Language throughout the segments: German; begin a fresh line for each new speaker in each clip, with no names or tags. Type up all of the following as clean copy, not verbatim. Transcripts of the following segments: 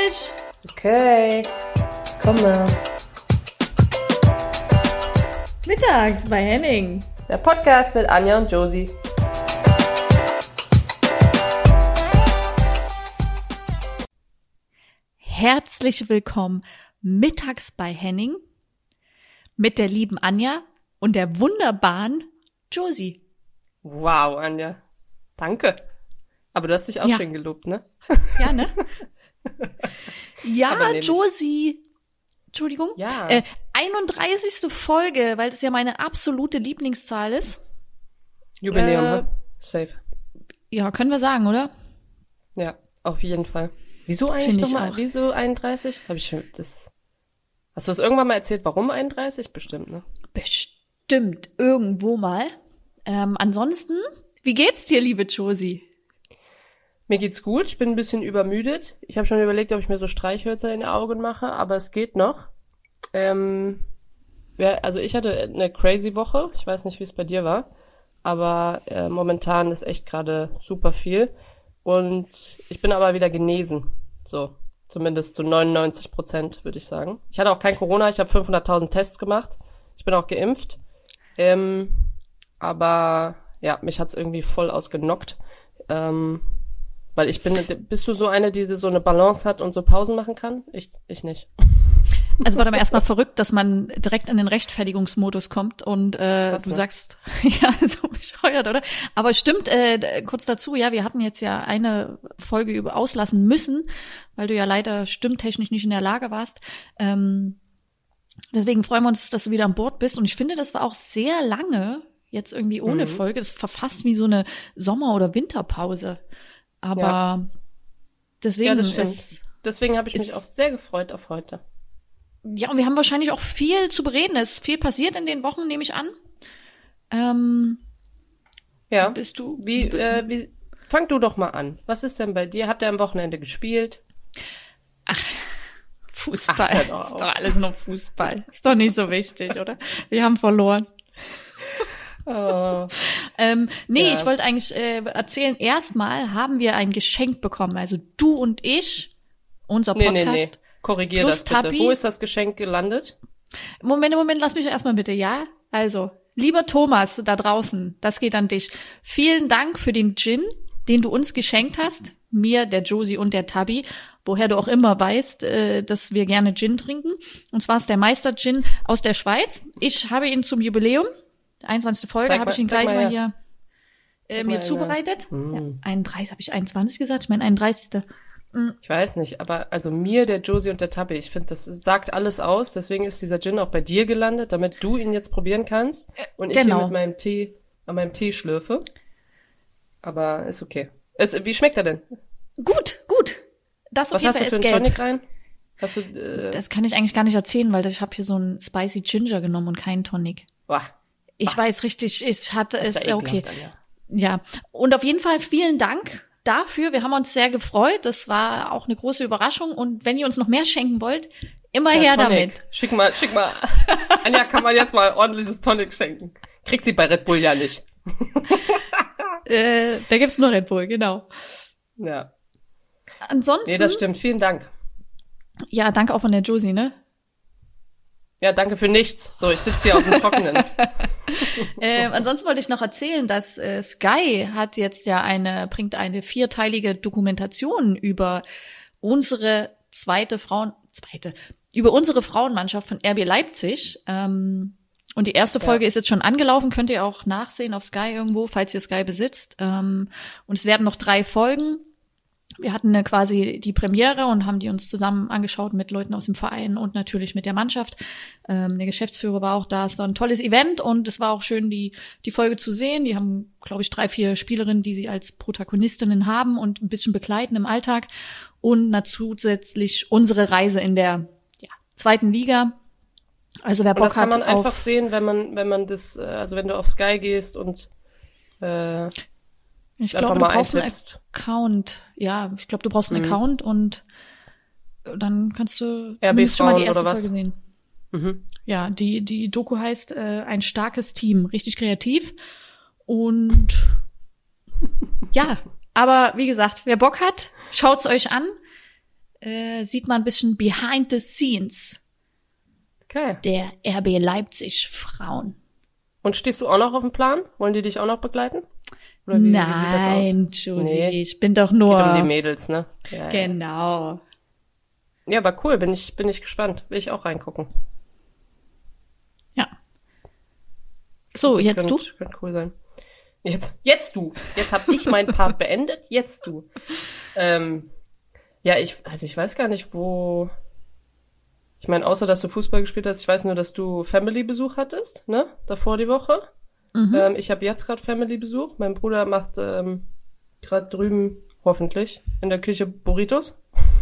fertig.
Okay, komme.
Mittags bei Henning.
Der Podcast mit Anja und Josie.
Herzlich willkommen mittags bei Henning mit der lieben Anja und der wunderbaren Josie.
Wow, Anja. Danke. Aber du hast dich auch schön gelobt, ne?
Ja, ne? Ja, Josie. Entschuldigung.
Ja.
31. Folge, weil das ja meine absolute Lieblingszahl ist.
Jubiläum, ne? Safe.
Ja, können wir sagen, oder?
Ja, auf jeden Fall. Wieso eigentlich nochmal? Wieso 31? Hast du das irgendwann mal erzählt, warum 31? Bestimmt, ne?
Bestimmt, irgendwo mal. Ansonsten, wie geht's dir, liebe Josie?
Mir geht's gut, ich bin ein bisschen übermüdet. Ich habe schon überlegt, ob ich mir so Streichhölzer in die Augen mache, aber es geht noch. Also ich hatte eine crazy Woche. Ich weiß nicht, wie es bei dir war, aber momentan ist echt gerade super viel. Und ich bin aber wieder genesen. So, zumindest zu 99%, würde ich sagen. Ich hatte auch kein Corona, ich habe 500.000 Tests gemacht. Ich bin auch geimpft. Aber ja, mich hat's irgendwie voll ausgenockt. Weil bist du so eine, die so eine Balance hat und so Pausen machen kann? Ich nicht.
Also war dann erstmal verrückt, dass man direkt in den Rechtfertigungsmodus kommt und krass, du sagst, ja, so bescheuert, oder? Aber stimmt, kurz dazu, ja, wir hatten jetzt ja eine Folge auslassen müssen, weil du ja leider stimmtechnisch nicht in der Lage warst. Deswegen freuen wir uns, dass du wieder an Bord bist. Und ich finde, das war auch sehr lange jetzt irgendwie ohne Folge. Das war fast wie so eine Sommer- oder Winterpause. Aber deswegen.
Ja, das stimmt. Deswegen habe ich mich auch sehr gefreut auf heute.
Ja, und wir haben wahrscheinlich auch viel zu bereden. Es ist viel passiert in den Wochen, nehme ich an.
Ja.
Bist du?
Fang du doch mal an. Was ist denn bei dir? Habt ihr am Wochenende gespielt?
Ach, Fußball. Ist doch alles nur Fußball. Ist doch nicht so wichtig, oder? Wir haben verloren.
Oh.
Ich wollte eigentlich erzählen, erstmal haben wir ein Geschenk bekommen. Also du und ich, unser Podcast.
Nee. Korrigier das bitte.
Tabi.
Wo ist das Geschenk gelandet?
Moment, lass mich erstmal bitte, ja? Also, lieber Thomas da draußen, das geht an dich. Vielen Dank für den Gin, den du uns geschenkt hast. Mir, der Josie und der Tabi. Woher du auch immer weißt, dass wir gerne Gin trinken. Und zwar ist der Meister Gin aus der Schweiz. Ich habe ihn zum Jubiläum, 21. Folge, habe ich ihn gleich mal hier mir zubereitet. Ja, 31, habe ich 21 gesagt? Ich meine 31.
Ich weiß nicht, aber also mir, der Josie und der Tabi, ich finde, das sagt alles aus. Deswegen ist dieser Gin auch bei dir gelandet, damit du ihn jetzt probieren kannst. Und ich hier mit meinem Tee, an meinem Tee schlürfe. Aber ist okay. Wie schmeckt er denn?
Gut. Das auf
jeden Fall ist gelb. Was hast du für einen Tonic rein?
Das kann ich eigentlich gar nicht erzählen, weil ich habe hier so einen Spicy Ginger genommen und keinen Tonic. Ich weiß richtig, ich hatte es, okay. Ja, und auf jeden Fall vielen Dank dafür. Wir haben uns sehr gefreut. Das war auch eine große Überraschung. Und wenn ihr uns noch mehr schenken wollt, immer her
Tonic.
damit.
Schick mal. Anja, kann man jetzt mal ordentliches Tonic schenken. Kriegt sie bei Red Bull ja nicht.
Da gibt's nur Red Bull, genau.
Ja.
Ansonsten.
Nee, das stimmt. Vielen Dank.
Ja, danke auch von der Josie, ne?
Ja, danke für nichts. So, ich sitze hier auf dem Trockenen.
Ansonsten wollte ich noch erzählen, dass Sky hat jetzt ja bringt eine 4-teilige Dokumentation über unsere über unsere Frauenmannschaft von RB Leipzig. Und die erste Folge ist jetzt schon angelaufen, könnt ihr auch nachsehen auf Sky irgendwo, falls ihr Sky besitzt. Und es werden noch 3 Folgen. Wir hatten quasi die Premiere und haben die uns zusammen angeschaut mit Leuten aus dem Verein und natürlich mit der Mannschaft. Der Geschäftsführer war auch da. Es war ein tolles Event und es war auch schön, die Folge zu sehen. Die haben, glaube ich, 3-4 Spielerinnen, die sie als Protagonistinnen haben und ein bisschen begleiten im Alltag. Und zusätzlich unsere Reise in der 2. Liga. Also wer Bock hat.
Das kann man einfach sehen, wenn man das, also wenn du auf Sky gehst und
ich glaube, du brauchst einen Account. Ja, ich glaube, du brauchst einen Account und dann kannst du zumindest schon mal die erste Folge sehen. Ja, die Doku heißt ein starkes Team. Richtig kreativ. Und ja, aber wie gesagt, wer Bock hat, schaut's euch an. sieht man ein bisschen behind the scenes
Okay.
der RB Leipzig Frauen.
Und stehst du auch noch auf dem Plan? Wollen die dich auch noch begleiten? Oder wie sieht das aus?
Nein, Josie,
Nee.
ich bin doch nur...
Geht um die Mädels, ne? Ja, ja.
Genau.
Ja, aber cool, bin ich gespannt. Will ich auch reingucken.
Ja. So, jetzt du?
Könnte cool sein. Jetzt du. Jetzt hab ich meinen Part beendet. Jetzt du. Ja, ich weiß gar nicht, wo. Ich meine, außer dass du Fußball gespielt hast, ich weiß nur, dass du Family-Besuch hattest, ne? Davor die Woche. Ich habe jetzt gerade Family-Besuch. Mein Bruder macht gerade drüben, hoffentlich, in der Küche Burritos.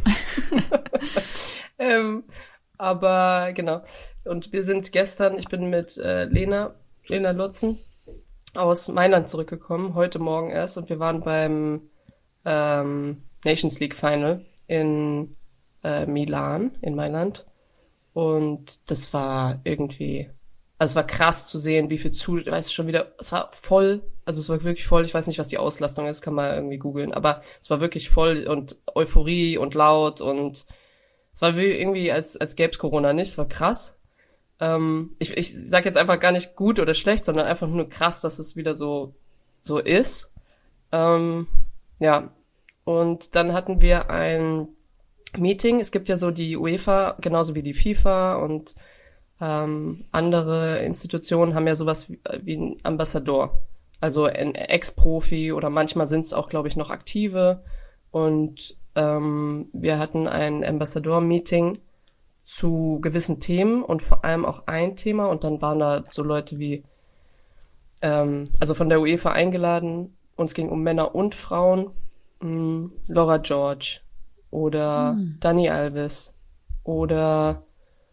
Aber genau. Und wir sind gestern, ich bin mit Lena Lutzen aus Mailand zurückgekommen, heute Morgen erst, und wir waren beim Nations League Final in Milan, in Mailand. Und das war irgendwie, also es war krass zu sehen, wie viel weißt du, schon wieder, es war voll, also es war wirklich voll, ich weiß nicht, was die Auslastung ist, kann man irgendwie googeln, aber es war wirklich voll und Euphorie und laut und es war wie irgendwie, als gäb's Corona nicht, es war krass. Ich sag jetzt einfach gar nicht gut oder schlecht, sondern einfach nur krass, dass es wieder so ist. Ja, und dann hatten wir ein Meeting. Es gibt ja so die UEFA, genauso wie die FIFA und andere Institutionen haben ja sowas wie einen Ambassador. Also ein Ex-Profi oder manchmal sind es auch, glaube ich, noch Aktive. Und wir hatten ein Ambassador-Meeting zu gewissen Themen und vor allem auch ein Thema. Und dann waren da so Leute wie, also von der UEFA eingeladen. Uns ging um Männer und Frauen. Laura George oder Dani Alves oder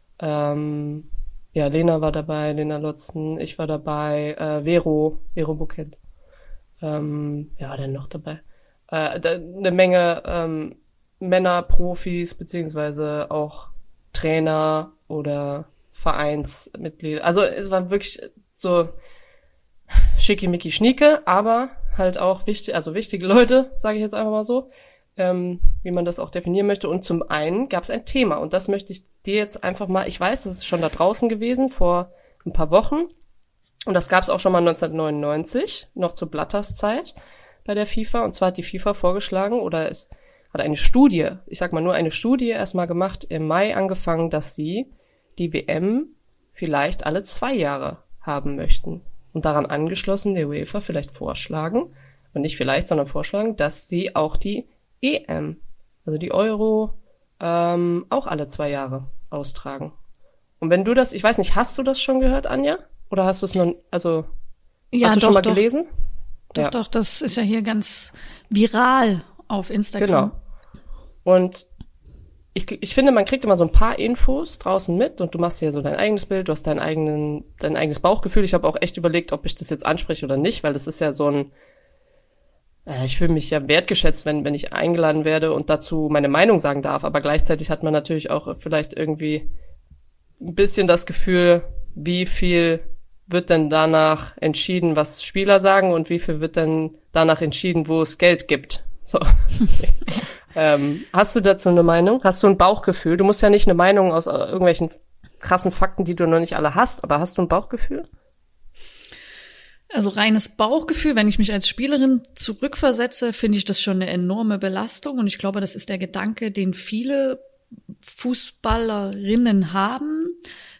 ja, Lena war dabei, Lena Lotzen, ich war dabei, Vero Bouquet. Wer war denn noch dabei? Eine Menge Männer, Profis, beziehungsweise auch Trainer oder Vereinsmitglieder. Also es war wirklich so schickimicki schnieke, aber halt auch wichtige Leute, sage ich jetzt einfach mal so, wie man das auch definieren möchte. Und zum einen gab es ein Thema und das möchte ich dir jetzt einfach mal, ich weiß, das ist schon da draußen gewesen vor ein paar Wochen und das gab es auch schon mal 1999, noch zur Blatters Zeit bei der FIFA, und zwar hat die FIFA vorgeschlagen oder es hat eine Studie, ich sag mal nur eine Studie erstmal gemacht, im Mai angefangen, dass sie die WM vielleicht alle 2 Jahre haben möchten. Und daran angeschlossen der UEFA vielleicht vorschlagen, und nicht vielleicht, sondern vorschlagen, dass sie auch die EM, also die Euro, auch alle 2 Jahre austragen. Und wenn du das, ich weiß nicht, hast du das schon gehört, Anja? Oder hast du es noch, also
Ja,
hast du
doch,
schon mal
doch.
gelesen?
Doch, das ist ja hier ganz viral auf Instagram.
Genau. Und ich finde, man kriegt immer so ein paar Infos draußen mit und du machst dir ja so dein eigenes Bild, du hast dein eigenes Bauchgefühl. Ich habe auch echt überlegt, ob ich das jetzt anspreche oder nicht, weil das ist ja so ein, ich fühle mich ja wertgeschätzt, wenn ich eingeladen werde und dazu meine Meinung sagen darf. Aber gleichzeitig hat man natürlich auch vielleicht irgendwie ein bisschen das Gefühl, wie viel wird denn danach entschieden, was Spieler sagen, und wie viel wird denn danach entschieden, wo es Geld gibt. So. Hast du dazu eine Meinung? Hast du ein Bauchgefühl? Du musst ja nicht eine Meinung aus irgendwelchen krassen Fakten, die du noch nicht alle hast, aber hast du ein Bauchgefühl?
Also reines Bauchgefühl, wenn ich mich als Spielerin zurückversetze, finde ich das schon eine enorme Belastung. Und ich glaube, das ist der Gedanke, den viele Fußballerinnen haben.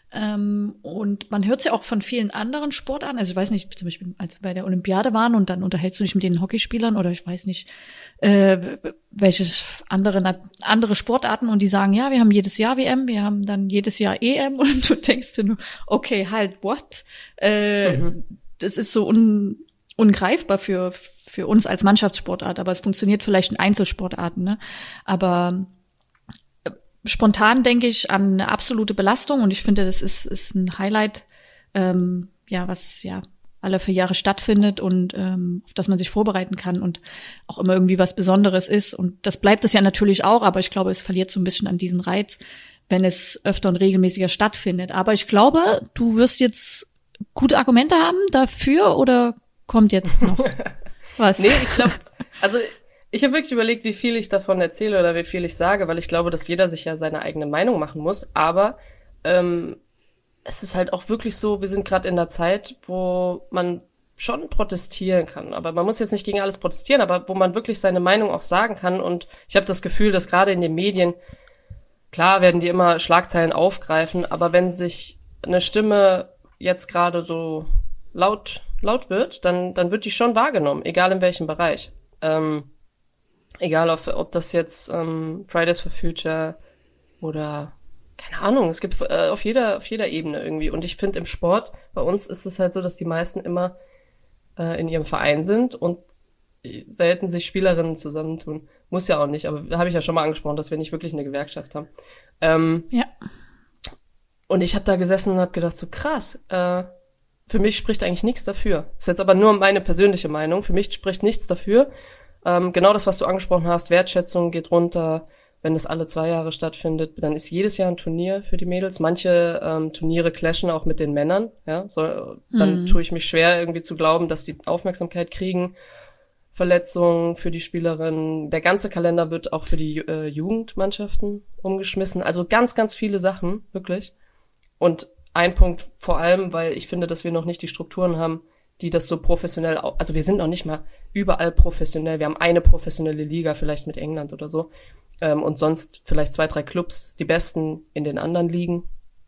Und man hört es ja auch von vielen anderen Sportarten. Also ich weiß nicht, zum Beispiel, als wir bei der Olympiade waren und dann unterhältst du dich mit den Hockeyspielern oder ich weiß nicht, welche andere Sportarten, und die sagen, ja, wir haben jedes Jahr WM, wir haben dann jedes Jahr EM, und du denkst dir nur, okay, halt, what? Das ist so ungreifbar für uns als Mannschaftssportart, aber es funktioniert vielleicht in Einzelsportarten, ne? Aber spontan denke ich an eine absolute Belastung, und ich finde, das ist ein Highlight, was ja alle 4 Jahre stattfindet und auf das man sich vorbereiten kann und auch immer irgendwie was Besonderes ist. Und das bleibt es ja natürlich auch, aber ich glaube, es verliert so ein bisschen an diesen Reiz, wenn es öfter und regelmäßiger stattfindet. Aber ich glaube, du wirst jetzt gute Argumente haben dafür, oder kommt jetzt noch was?
Nee, ich glaube, also Ich habe wirklich überlegt, wie viel ich davon erzähle oder wie viel ich sage, weil ich glaube, dass jeder sich ja seine eigene Meinung machen muss. Aber es ist halt auch wirklich so, wir sind gerade in der Zeit, wo man schon protestieren kann. Aber man muss jetzt nicht gegen alles protestieren, aber wo man wirklich seine Meinung auch sagen kann. Und ich habe das Gefühl, dass gerade in den Medien, klar werden die immer Schlagzeilen aufgreifen, aber wenn sich eine Stimme jetzt gerade so laut wird, dann wird die schon wahrgenommen, egal in welchem Bereich. Egal ob das jetzt Fridays for Future oder keine Ahnung, es gibt auf jeder Ebene irgendwie. Und ich finde im Sport, bei uns ist es halt so, dass die meisten immer in ihrem Verein sind und selten sich Spielerinnen zusammentun. Muss ja auch nicht, aber da habe ich ja schon mal angesprochen, dass wir nicht wirklich eine Gewerkschaft haben.
Ja.
Und ich habe da gesessen und habe gedacht, so krass, für mich spricht eigentlich nichts dafür. Das ist jetzt aber nur meine persönliche Meinung. Für mich spricht nichts dafür. Genau das, was du angesprochen hast, Wertschätzung geht runter. Wenn es alle 2 Jahre stattfindet, dann ist jedes Jahr ein Turnier für die Mädels. Manche Turniere clashen auch mit den Männern. Ja, dann tue ich mich schwer, irgendwie zu glauben, dass die Aufmerksamkeit kriegen. Verletzungen für die Spielerinnen. Der ganze Kalender wird auch für die Jugendmannschaften umgeschmissen. Also ganz, ganz viele Sachen, wirklich. Und ein Punkt vor allem, weil ich finde, dass wir noch nicht die Strukturen haben, die das so professionell, also wir sind noch nicht mal überall professionell. Wir haben eine professionelle Liga, vielleicht mit England oder so. Und sonst vielleicht 2, 3 Clubs, die besten in den anderen Ligen.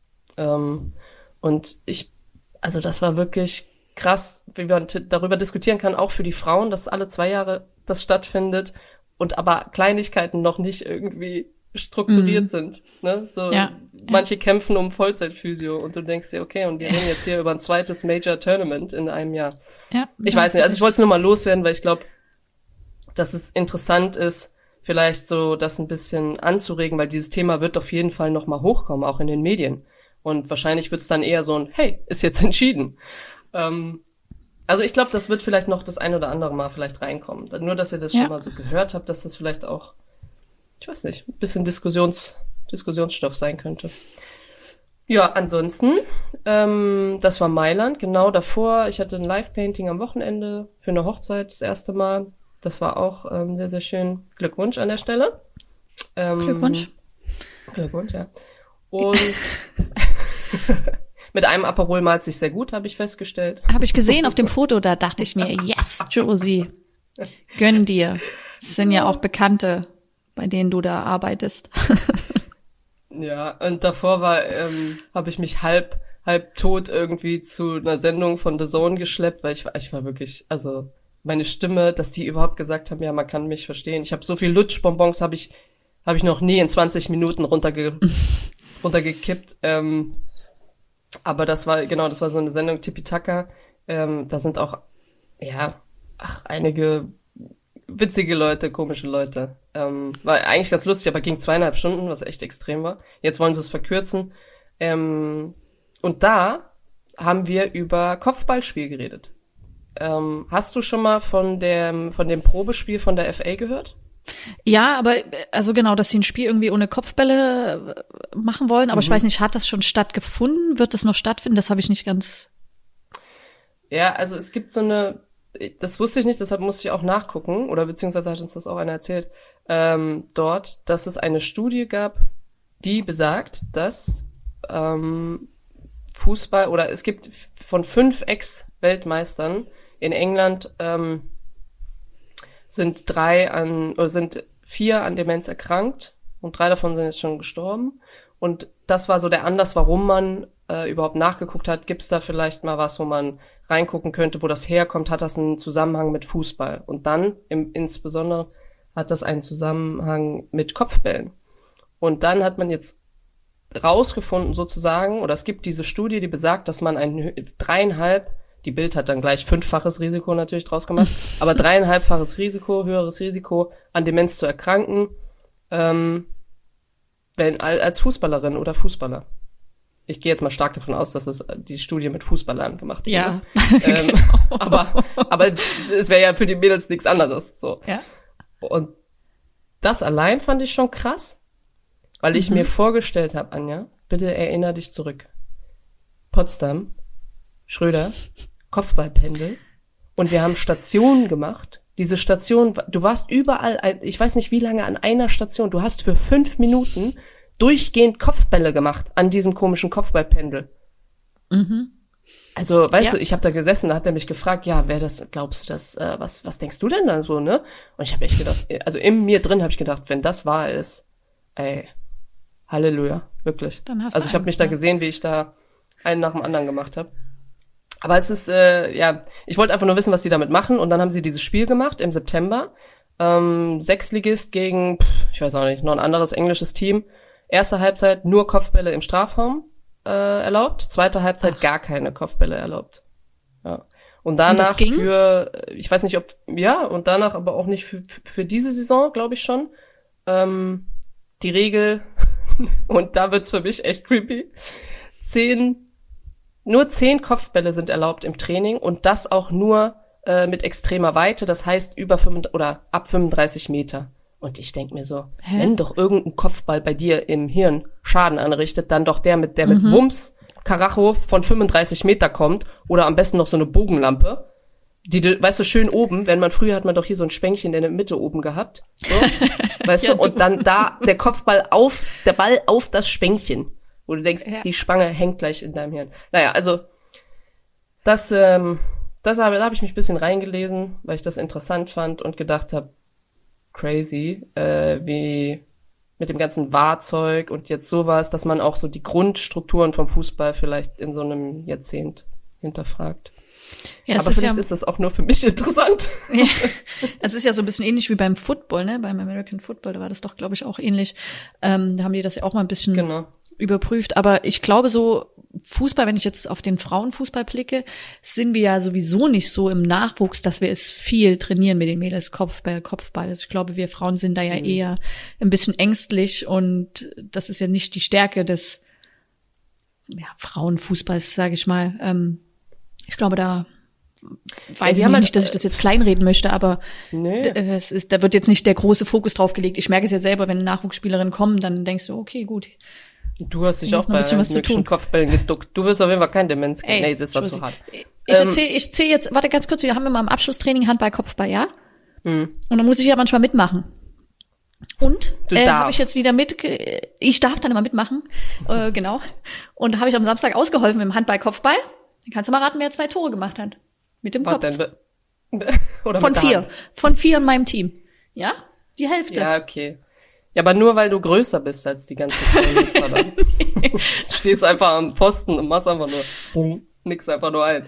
Und also das war wirklich krass, wie man darüber diskutieren kann, auch für die Frauen, dass alle 2 Jahre das stattfindet und aber Kleinigkeiten noch nicht irgendwie strukturiert sind. Ne? So manche kämpfen um Vollzeitphysio und du denkst dir, okay, und wir reden jetzt hier über ein zweites Major Tournament in einem Jahr.
Ja,
ich weiß nicht, also ich wollte es nur mal loswerden, weil ich glaube, dass es interessant ist, vielleicht so das ein bisschen anzuregen, weil dieses Thema wird auf jeden Fall noch mal hochkommen, auch in den Medien. Und wahrscheinlich wird es dann eher so ein, hey, ist jetzt entschieden. Also ich glaube, das wird vielleicht noch das ein oder andere Mal vielleicht reinkommen. Nur, dass ihr das schon mal so gehört habt, dass das vielleicht auch, ich weiß nicht, ein bisschen Diskussionsstoff sein könnte. Ja, ansonsten, das war Mailand, genau davor. Ich hatte ein Live-Painting am Wochenende für eine Hochzeit das erste Mal. Das war auch sehr, sehr schön. Glückwunsch an der Stelle.
Glückwunsch,
ja. Und mit einem Aperol malt sich sehr gut, habe ich festgestellt.
Habe ich gesehen auf dem Foto, da dachte ich mir, yes, Josie, gönn dir. Das sind ja auch Bekannte, bei denen du da arbeitest.
Ja, und davor habe ich mich halb tot irgendwie zu einer Sendung von The Zone geschleppt, weil ich war wirklich, also meine Stimme, dass die überhaupt gesagt haben, ja, man kann mich verstehen. Ich habe so viel Lutschbonbons habe ich noch nie in 20 Minuten runtergekippt. Aber das war so eine Sendung Tipi-Taka. Da sind auch, einige witzige Leute, komische Leute. War eigentlich ganz lustig, aber ging 2,5 Stunden, was echt extrem war. Jetzt wollen sie es verkürzen. Und da haben wir über Kopfballspiel geredet. Hast du schon mal von dem Probespiel von der FA gehört?
Ja, aber also genau, dass sie ein Spiel irgendwie ohne Kopfbälle machen wollen, aber ich weiß nicht, hat das schon stattgefunden? Wird das noch stattfinden? Das habe ich nicht ganz.
Ja, also es gibt das wusste ich nicht, deshalb musste ich auch nachgucken, oder beziehungsweise hat uns das auch einer erzählt, dort, dass es eine Studie gab, die besagt, dass Fußball, oder es gibt von 5 Ex-Weltmeistern in England sind 4 an Demenz erkrankt und 3 davon sind jetzt schon gestorben. Und das war so der Anlass, warum man überhaupt nachgeguckt hat, gibt's da vielleicht mal was, wo man reingucken könnte, wo das herkommt, hat das einen Zusammenhang mit Fußball. Und dann insbesondere hat das einen Zusammenhang mit Kopfbällen. Und dann hat man jetzt rausgefunden sozusagen, oder es gibt diese Studie, die besagt, dass man 3,5, die Bild hat dann gleich 5-faches Risiko natürlich draus gemacht, aber 3,5-faches Risiko, höheres Risiko, an Demenz zu erkranken, wenn als Fußballerin oder Fußballer. Ich gehe jetzt mal stark davon aus, dass die Studie mit Fußballern gemacht wurde.
Ja.
Genau. Aber es wäre ja für die Mädels nichts anderes. So.
Ja.
Und das allein fand ich schon krass, weil ich mir vorgestellt habe, Anja, bitte erinnere dich zurück. Potsdam, Schröder, Kopfballpendel Und wir haben Stationen gemacht. Diese Station, du warst überall, ich weiß nicht wie lange an einer Station, du hast für 5 Minuten durchgehend Kopfbälle gemacht an diesem komischen Kopfballpendel.
Mhm.
Also, weißt du, ich habe da gesessen, da hat er mich gefragt, ja, wer das, glaubst du das, was denkst du denn da so, ne? Und ich habe echt gedacht, also in mir drin habe ich gedacht, wenn das wahr ist, ey, Halleluja, wirklich.
Dann hast
Also
du
ich habe mich
Angst,
da
ne?
gesehen, wie ich da einen nach dem anderen gemacht habe. Aber es ist, ich wollte einfach nur wissen, was die damit machen. Und dann haben sie dieses Spiel gemacht im September. Sechsligist gegen, ich weiß auch nicht, noch ein anderes englisches Team. Erste Halbzeit nur Kopfbälle im Strafraum erlaubt. Zweite Halbzeit gar keine Kopfbälle erlaubt. Ja. Und danach ich weiß nicht, und danach aber auch nicht für diese Saison, glaube ich schon. Die Regel, und da wird's für mich echt creepy, nur 10 Kopfbälle sind erlaubt im Training und das auch nur mit extremer Weite, das heißt ab 35 Meter. Und ich denk mir so, wenn doch irgendein Kopfball bei dir im Hirn Schaden anrichtet, dann doch der mit Wumms, Karacho von 35 Meter kommt oder am besten noch so eine Bogenlampe. Die, weißt du, schön oben, früher hat man doch hier so ein Spänkchen in der Mitte oben gehabt. So, weißt du, und dann da der Ball auf das Spänkchen. Wo du denkst, die Spange hängt gleich in deinem Hirn. Naja, also, da habe ich mich ein bisschen reingelesen, weil ich das interessant fand und gedacht habe, crazy, wie mit dem ganzen Wahrzeug und jetzt sowas, dass man auch so die Grundstrukturen vom Fußball vielleicht in so einem Jahrzehnt hinterfragt. Ja, aber vielleicht ist das auch nur für mich interessant.
Ja, es ist ja so ein bisschen ähnlich wie beim Football, ne? Beim American Football, da war das doch, glaube ich, auch ähnlich. Da haben die das ja auch mal ein bisschen überprüft. Aber ich glaube so, Fußball, wenn ich jetzt auf den Frauenfußball blicke, sind wir ja sowieso nicht so im Nachwuchs, dass wir es viel trainieren mit den Mädels Kopfball. Also ich glaube, wir Frauen sind da ja eher ein bisschen ängstlich und das ist ja nicht die Stärke des Frauenfußballs, sage ich mal. Ich glaube, da weiß ich nicht, dass ich das jetzt kleinreden möchte, aber da wird jetzt nicht der große Fokus drauf gelegt. Ich merke es ja selber, wenn Nachwuchsspielerinnen kommen, dann denkst du, okay, gut.
Du hast dich auch bei möglichen Kopfbällen geduckt. Du wirst auf jeden Fall kein Demenz kriegen. Nee, das war zu hart.
Ich zähle jetzt, warte ganz kurz, wir haben immer im Abschlusstraining Handball, Kopfball, ja? Und dann muss ich ja manchmal mitmachen. Und habe ich jetzt wieder ich darf dann immer mitmachen, genau. Und habe ich am Samstag ausgeholfen im Handball, Kopfball. Dann kannst du mal raten, wer 2 Tore gemacht hat. Mit dem Kopf.
Oder
von 4. Von 4 in meinem Team. Ja? Die Hälfte.
Ja, okay. Ja, aber nur weil du größer bist als die ganze Zeit. Stehst einfach am Pfosten und machst einfach nur nix einfach nur ein.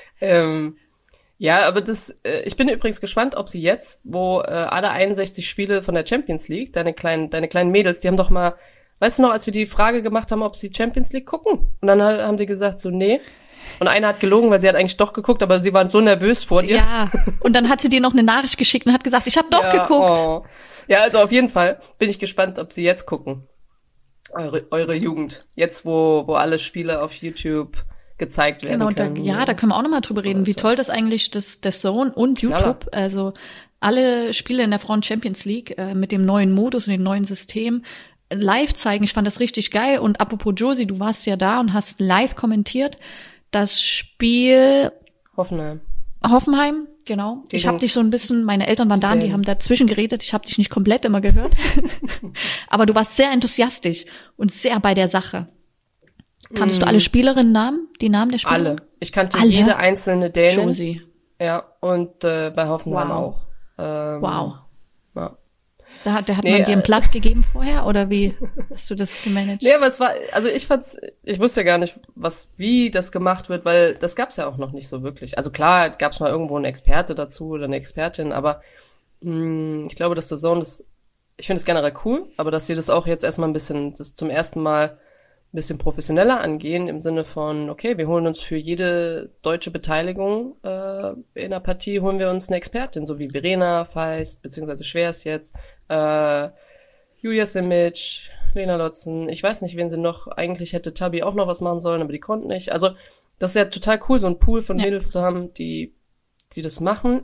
Ja, aber ich bin übrigens gespannt, ob sie jetzt, wo alle 61 Spiele von der Champions League, deine kleinen Mädels, die haben doch mal, weißt du noch, als wir die Frage gemacht haben, ob sie Champions League gucken? Und dann haben die gesagt so, nee. Und eine hat gelogen, weil sie hat eigentlich doch geguckt, aber sie waren so nervös vor dir.
Ja, und dann hat sie dir noch eine Nachricht geschickt und hat gesagt, ich habe doch geguckt.
Oh. Ja, also auf jeden Fall bin ich gespannt, ob sie jetzt gucken. Eure Jugend. Jetzt, wo alle Spiele auf YouTube gezeigt werden können.
Genau, da können wir auch nochmal drüber reden, wie toll das eigentlich das Zone und YouTube, also alle Spiele in der Frauen Champions League mit dem neuen Modus und dem neuen System live zeigen. Ich fand das richtig geil. Und apropos Josie, du warst ja da und hast live kommentiert. Das Spiel Hoffenheim, genau. Ich habe dich so ein bisschen, meine Eltern waren da, die haben dazwischen geredet, ich habe dich nicht komplett immer gehört. Aber du warst sehr enthusiastisch und sehr bei der Sache. Kanntest du alle Spielerinnen die Namen der Spieler?
Alle. Ich kannte jede einzelne Dänin.
Josie.
Ja, und bei Hoffenheim auch.
Wow.
Ja.
Da hat man dir einen Platz gegeben vorher, oder wie hast du das gemanagt?
Nee, aber ich wusste ja gar nicht, wie das gemacht wird, weil das gab's ja auch noch nicht so wirklich. Also klar, gab's mal irgendwo einen Experte dazu oder eine Expertin, aber ich glaube, dass ich finde es generell cool, aber dass sie das auch jetzt erstmal zum ersten Mal ein bisschen professioneller angehen, im Sinne von, okay, wir holen uns für jede deutsche Beteiligung in der Partie, holen wir uns eine Expertin, so wie Verena Feist, beziehungsweise Schwers jetzt, Julia Simic, Lena Lotzen, ich weiß nicht, wen sie noch, eigentlich hätte Tabi auch noch was machen sollen, aber die konnten nicht. Also das ist ja total cool, so einen Pool von Mädels zu haben, die das machen.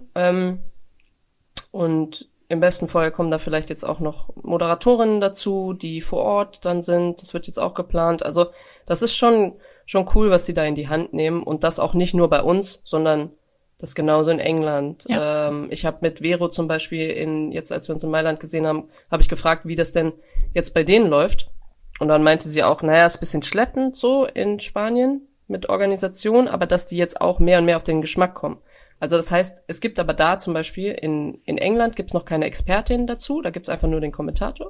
Und im besten Fall kommen da vielleicht jetzt auch noch Moderatorinnen dazu, die vor Ort dann sind. Das wird jetzt auch geplant. Also das ist schon cool, was sie da in die Hand nehmen. Und das auch nicht nur bei uns, sondern Das ist genauso in England.
Ja.
Ich habe mit Vero zum Beispiel jetzt als wir uns in Mailand gesehen haben, habe ich gefragt, wie das denn jetzt bei denen läuft. Und dann meinte sie auch, naja, ist ein bisschen schleppend so in Spanien mit Organisation, aber dass die jetzt auch mehr und mehr auf den Geschmack kommen. Also das heißt, es gibt aber da zum Beispiel in England gibt's noch keine Expertin dazu, da gibt's einfach nur den Kommentator.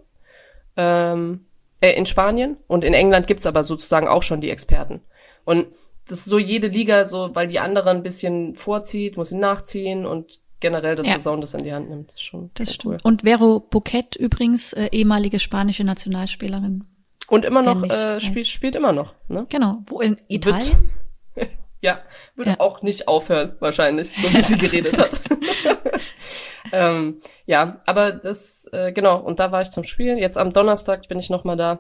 In Spanien und in England gibt's aber sozusagen auch schon die Experten. Und das ist so jede Liga so, weil die andere ein bisschen vorzieht, muss sie nachziehen und generell, dass der DAZN das in die Hand nimmt, ist schon
das stimmt.
Cool.
Und Vero Boquet übrigens, ehemalige spanische Nationalspielerin.
Und immer noch, spielt immer noch, ne?
Genau. Wo in Italien?
Wird auch nicht aufhören, wahrscheinlich, so wie sie geredet hat. Aber das, genau, und da war ich zum Spielen. Jetzt am Donnerstag bin ich nochmal da.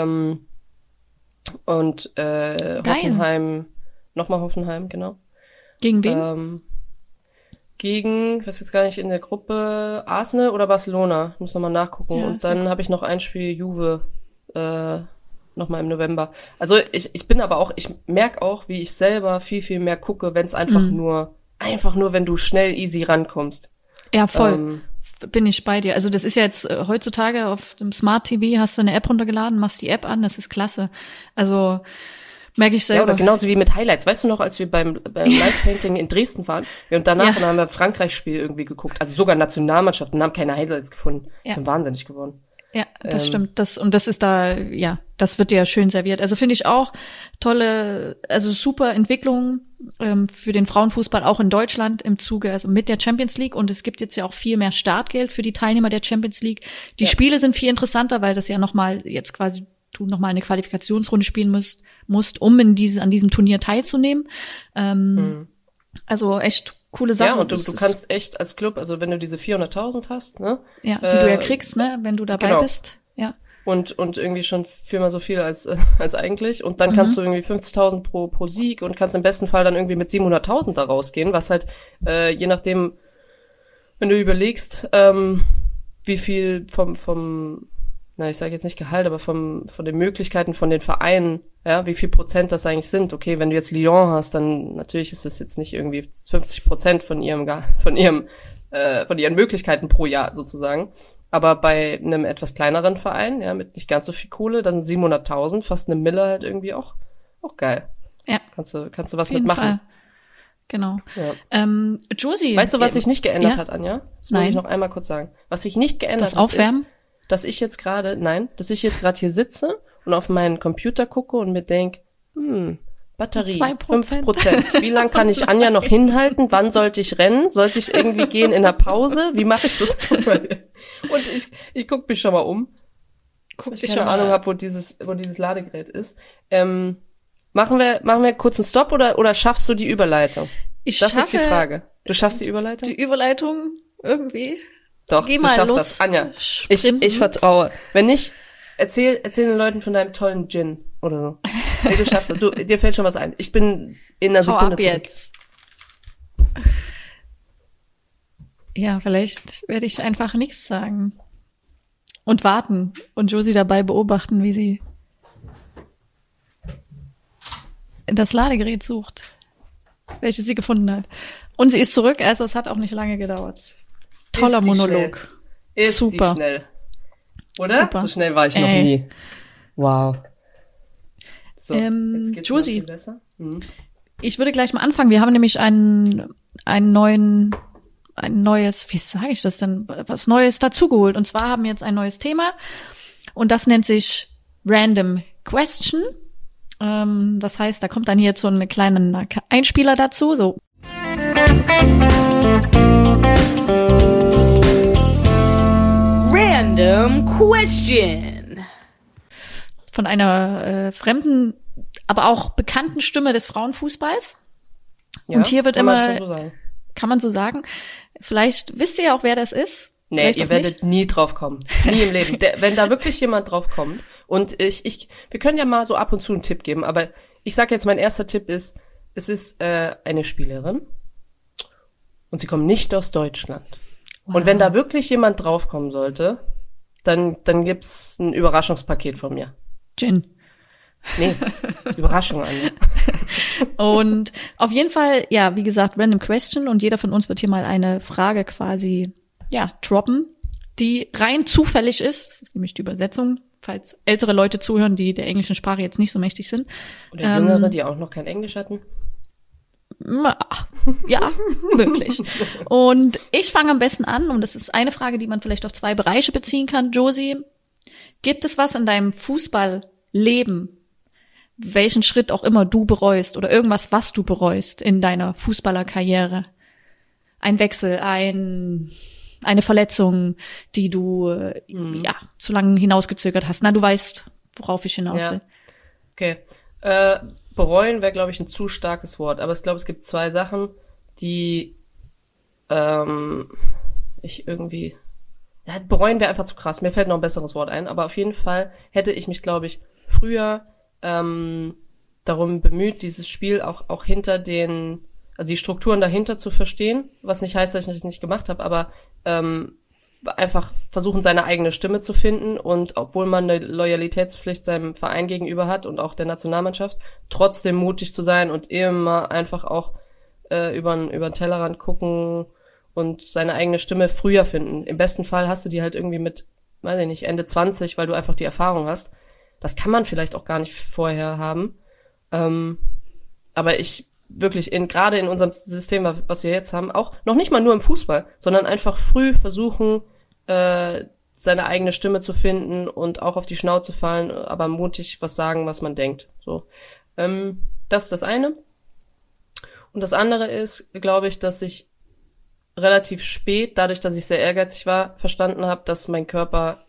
Und Hoffenheim, nochmal Hoffenheim, genau.
Gegen wen?
Gegen, ich weiß jetzt gar nicht, in der Gruppe Arsenal oder Barcelona. Ich muss nochmal nachgucken. Und dann habe ich noch ein Spiel Juve nochmal im November. Also ich bin aber auch, ich merke auch, wie ich selber viel, viel mehr gucke, wenn es einfach nur, wenn du schnell easy rankommst.
Ja, voll. Bin ich bei dir. Also das ist ja jetzt heutzutage auf dem Smart TV, hast du eine App runtergeladen, machst die App an, das ist klasse. Also merke ich selber.
Ja, oder genauso wie mit Highlights. Weißt du noch, als wir beim Live-Painting in Dresden waren und danach haben wir Frankreich-Spiel irgendwie geguckt, also sogar Nationalmannschaften haben keine Highlights gefunden. Ich bin wahnsinnig geworden.
Ja, das stimmt. Das ist da, das wird ja schön serviert. Also finde ich auch tolle, also super Entwicklung für den Frauenfußball auch in Deutschland im Zuge, also mit der Champions League. Und es gibt jetzt ja auch viel mehr Startgeld für die Teilnehmer der Champions League. Die Spiele sind viel interessanter, weil das ja nochmal jetzt quasi du nochmal eine Qualifikationsrunde spielen musst, um an diesem Turnier teilzunehmen. Also echt coole Sache.
Ja, und du kannst echt als Club, also wenn du diese 400.000 hast, ne?
Ja, die du ja kriegst, ne, wenn du dabei bist. Ja.
Und irgendwie schon viermal so viel als eigentlich. Und dann kannst du irgendwie 50.000 pro Sieg und kannst im besten Fall dann irgendwie mit 700.000 da rausgehen, was halt, je nachdem, wenn du überlegst, wie viel ich sage jetzt nicht Gehalt, aber von den Möglichkeiten von den Vereinen, ja, wie viel Prozent das eigentlich sind. Okay, wenn du jetzt Lyon hast, dann natürlich ist das jetzt nicht irgendwie 50% von ihren Möglichkeiten pro Jahr sozusagen. Aber bei einem etwas kleineren Verein, ja, mit nicht ganz so viel Kohle, da sind 700.000, fast eine Mille halt irgendwie auch geil.
Ja.
Kannst du was mitmachen. Fall.
Genau.
Ja.
Josie.
Weißt du, was sich nicht geändert hat, Anja? Das
Nein.
muss ich noch einmal kurz sagen. Was sich nicht geändert
hat, Aufwärmen?
Ist, dass ich jetzt gerade hier sitze und auf meinen Computer gucke und mir denk, Batterie, 5%. Wie lang kann ich Anja noch hinhalten? Wann sollte ich rennen? Sollte ich irgendwie gehen in der Pause? Wie mache ich das? Und ich guck mich schon mal um. Ich keine Ahnung habe, wo dieses Ladegerät ist. Machen wir kurz einen Stopp oder schaffst du die Überleitung? Das ist die Frage. Du schaffst die Überleitung?
Die Überleitung irgendwie.
Doch, du schaffst das. Anja, ich vertraue. Wenn nicht, erzähl den Leuten von deinem tollen Gin oder so. Nee, du schaffst das. Dir fällt schon was ein. Ich bin in einer Sekunde zurück. Jetzt.
Ja, vielleicht werde ich einfach nichts sagen. Und warten und Josie dabei beobachten, wie sie das Ladegerät sucht, welches sie gefunden hat. Und sie ist zurück, also es hat auch nicht lange gedauert. Toller Monolog.
Ist
super.
Die schnell. Oder? Super. So schnell war ich noch nie. Wow. So, jetzt geht's Josie, viel besser.
Ich würde gleich mal anfangen. Wir haben nämlich ein neues, wie sage ich das denn, was Neues dazugeholt. Und zwar haben wir jetzt ein neues Thema und das nennt sich Random Question. Das heißt, da kommt dann hier so ein kleiner Einspieler dazu, so.
Random Question.
Von einer fremden, aber auch bekannten Stimme des Frauenfußballs.
Ja,
und hier wird
kann
man so sagen. Vielleicht wisst ihr ja auch, wer das ist.
Nee, ihr werdet nie drauf kommen. Nie im Leben. Wenn da wirklich jemand drauf kommt. Und wir können ja mal so ab und zu einen Tipp geben, aber ich sage jetzt, mein erster Tipp ist, es ist eine Spielerin und sie kommt nicht aus Deutschland. Wow. Und wenn da wirklich jemand draufkommen sollte, dann gibt's ein Überraschungspaket von mir.
Gin.
Nee, Überraschung, Anja.
Und auf jeden Fall, ja, wie gesagt, random question und jeder von uns wird hier mal eine Frage quasi, ja, droppen, die rein zufällig ist. Das ist nämlich die Übersetzung, falls ältere Leute zuhören, die der englischen Sprache jetzt nicht so mächtig sind.
Oder Jüngere, die auch noch kein Englisch hatten.
Ja, möglich. Und ich fange am besten an, und das ist eine Frage, die man vielleicht auf 2 Bereiche beziehen kann. Josie, gibt es was in deinem Fußballleben, welchen Schritt auch immer du bereust oder irgendwas, was du bereust in deiner Fußballerkarriere? Ein Wechsel, eine Verletzung, die du ja zu lange hinausgezögert hast. Na, du weißt, worauf ich hinaus will.
Okay. Bereuen wäre, glaube ich, ein zu starkes Wort. Aber ich glaube, es gibt 2 Sachen, die ich irgendwie... Ja, bereuen wäre einfach zu krass. Mir fällt noch ein besseres Wort ein. Aber auf jeden Fall hätte ich mich, glaube ich, früher darum bemüht, dieses Spiel auch hinter also die Strukturen dahinter zu verstehen. Was nicht heißt, dass ich das nicht gemacht habe, aber einfach versuchen, seine eigene Stimme zu finden und obwohl man eine Loyalitätspflicht seinem Verein gegenüber hat und auch der Nationalmannschaft, trotzdem mutig zu sein und immer einfach auch über den Tellerrand gucken und seine eigene Stimme früher finden. Im besten Fall hast du die halt irgendwie mit, weiß ich nicht, Ende 20, weil du einfach die Erfahrung hast. Das kann man vielleicht auch gar nicht vorher haben. Aber ich wirklich gerade in unserem System, was wir jetzt haben, auch noch nicht mal nur im Fußball, sondern einfach früh versuchen, seine eigene Stimme zu finden und auch auf die Schnauze fallen, aber mutig was sagen, was man denkt. So, das ist das eine. Und das andere ist, glaube ich, dass ich relativ spät, dadurch, dass ich sehr ehrgeizig war, verstanden habe, dass mein Körper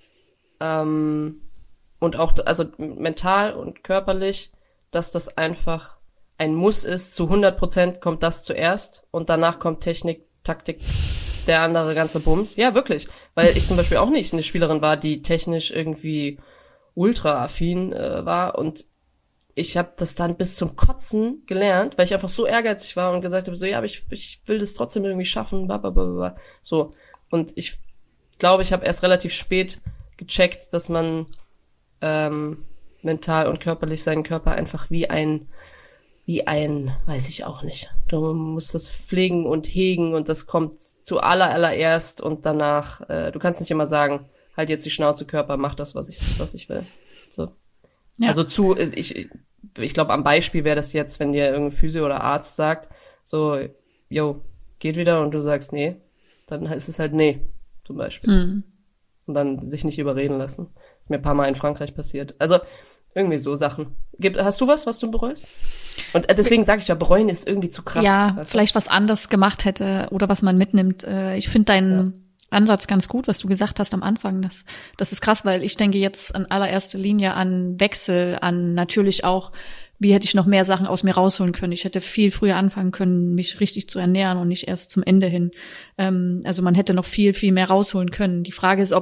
und auch also mental und körperlich, dass das einfach ein Muss ist, zu 100% kommt das zuerst und danach kommt Technik, Taktik, der andere ganze Bums. Ja, wirklich. Weil ich zum Beispiel auch nicht eine Spielerin war, die technisch irgendwie ultra affin war und ich habe das dann bis zum Kotzen gelernt, weil ich einfach so ehrgeizig war und gesagt habe, so ja, aber ich will das trotzdem irgendwie schaffen, blablabla. So. Und ich glaube, ich habe erst relativ spät gecheckt, dass man mental und körperlich seinen Körper einfach wie ein, weiß ich auch nicht. Du musst das pflegen und hegen und das kommt zuallererst und danach, du kannst nicht immer sagen, halt jetzt die Schnauze, Körper, mach das, was ich will. So. Ja. Also ich glaube, am Beispiel wäre das jetzt, wenn dir irgendein Physio oder Arzt sagt, so, yo, geht wieder und du sagst nee, dann ist es halt nee, zum Beispiel. Mhm. Und dann sich nicht überreden lassen. Mir ein paar Mal in Frankreich passiert. Also irgendwie so Sachen. Hast du was du bereust? Und deswegen sage ich ja, bereuen ist irgendwie zu krass.
Ja, vielleicht was anders gemacht hätte oder was man mitnimmt. Ich finde deinen Ansatz ganz gut, was du gesagt hast am Anfang. Das ist krass, weil ich denke jetzt in allererster Linie an Wechsel, an natürlich auch, wie hätte ich noch mehr Sachen aus mir rausholen können. Ich hätte viel früher anfangen können, mich richtig zu ernähren und nicht erst zum Ende hin. Also man hätte noch viel, viel mehr rausholen können. Die Frage ist,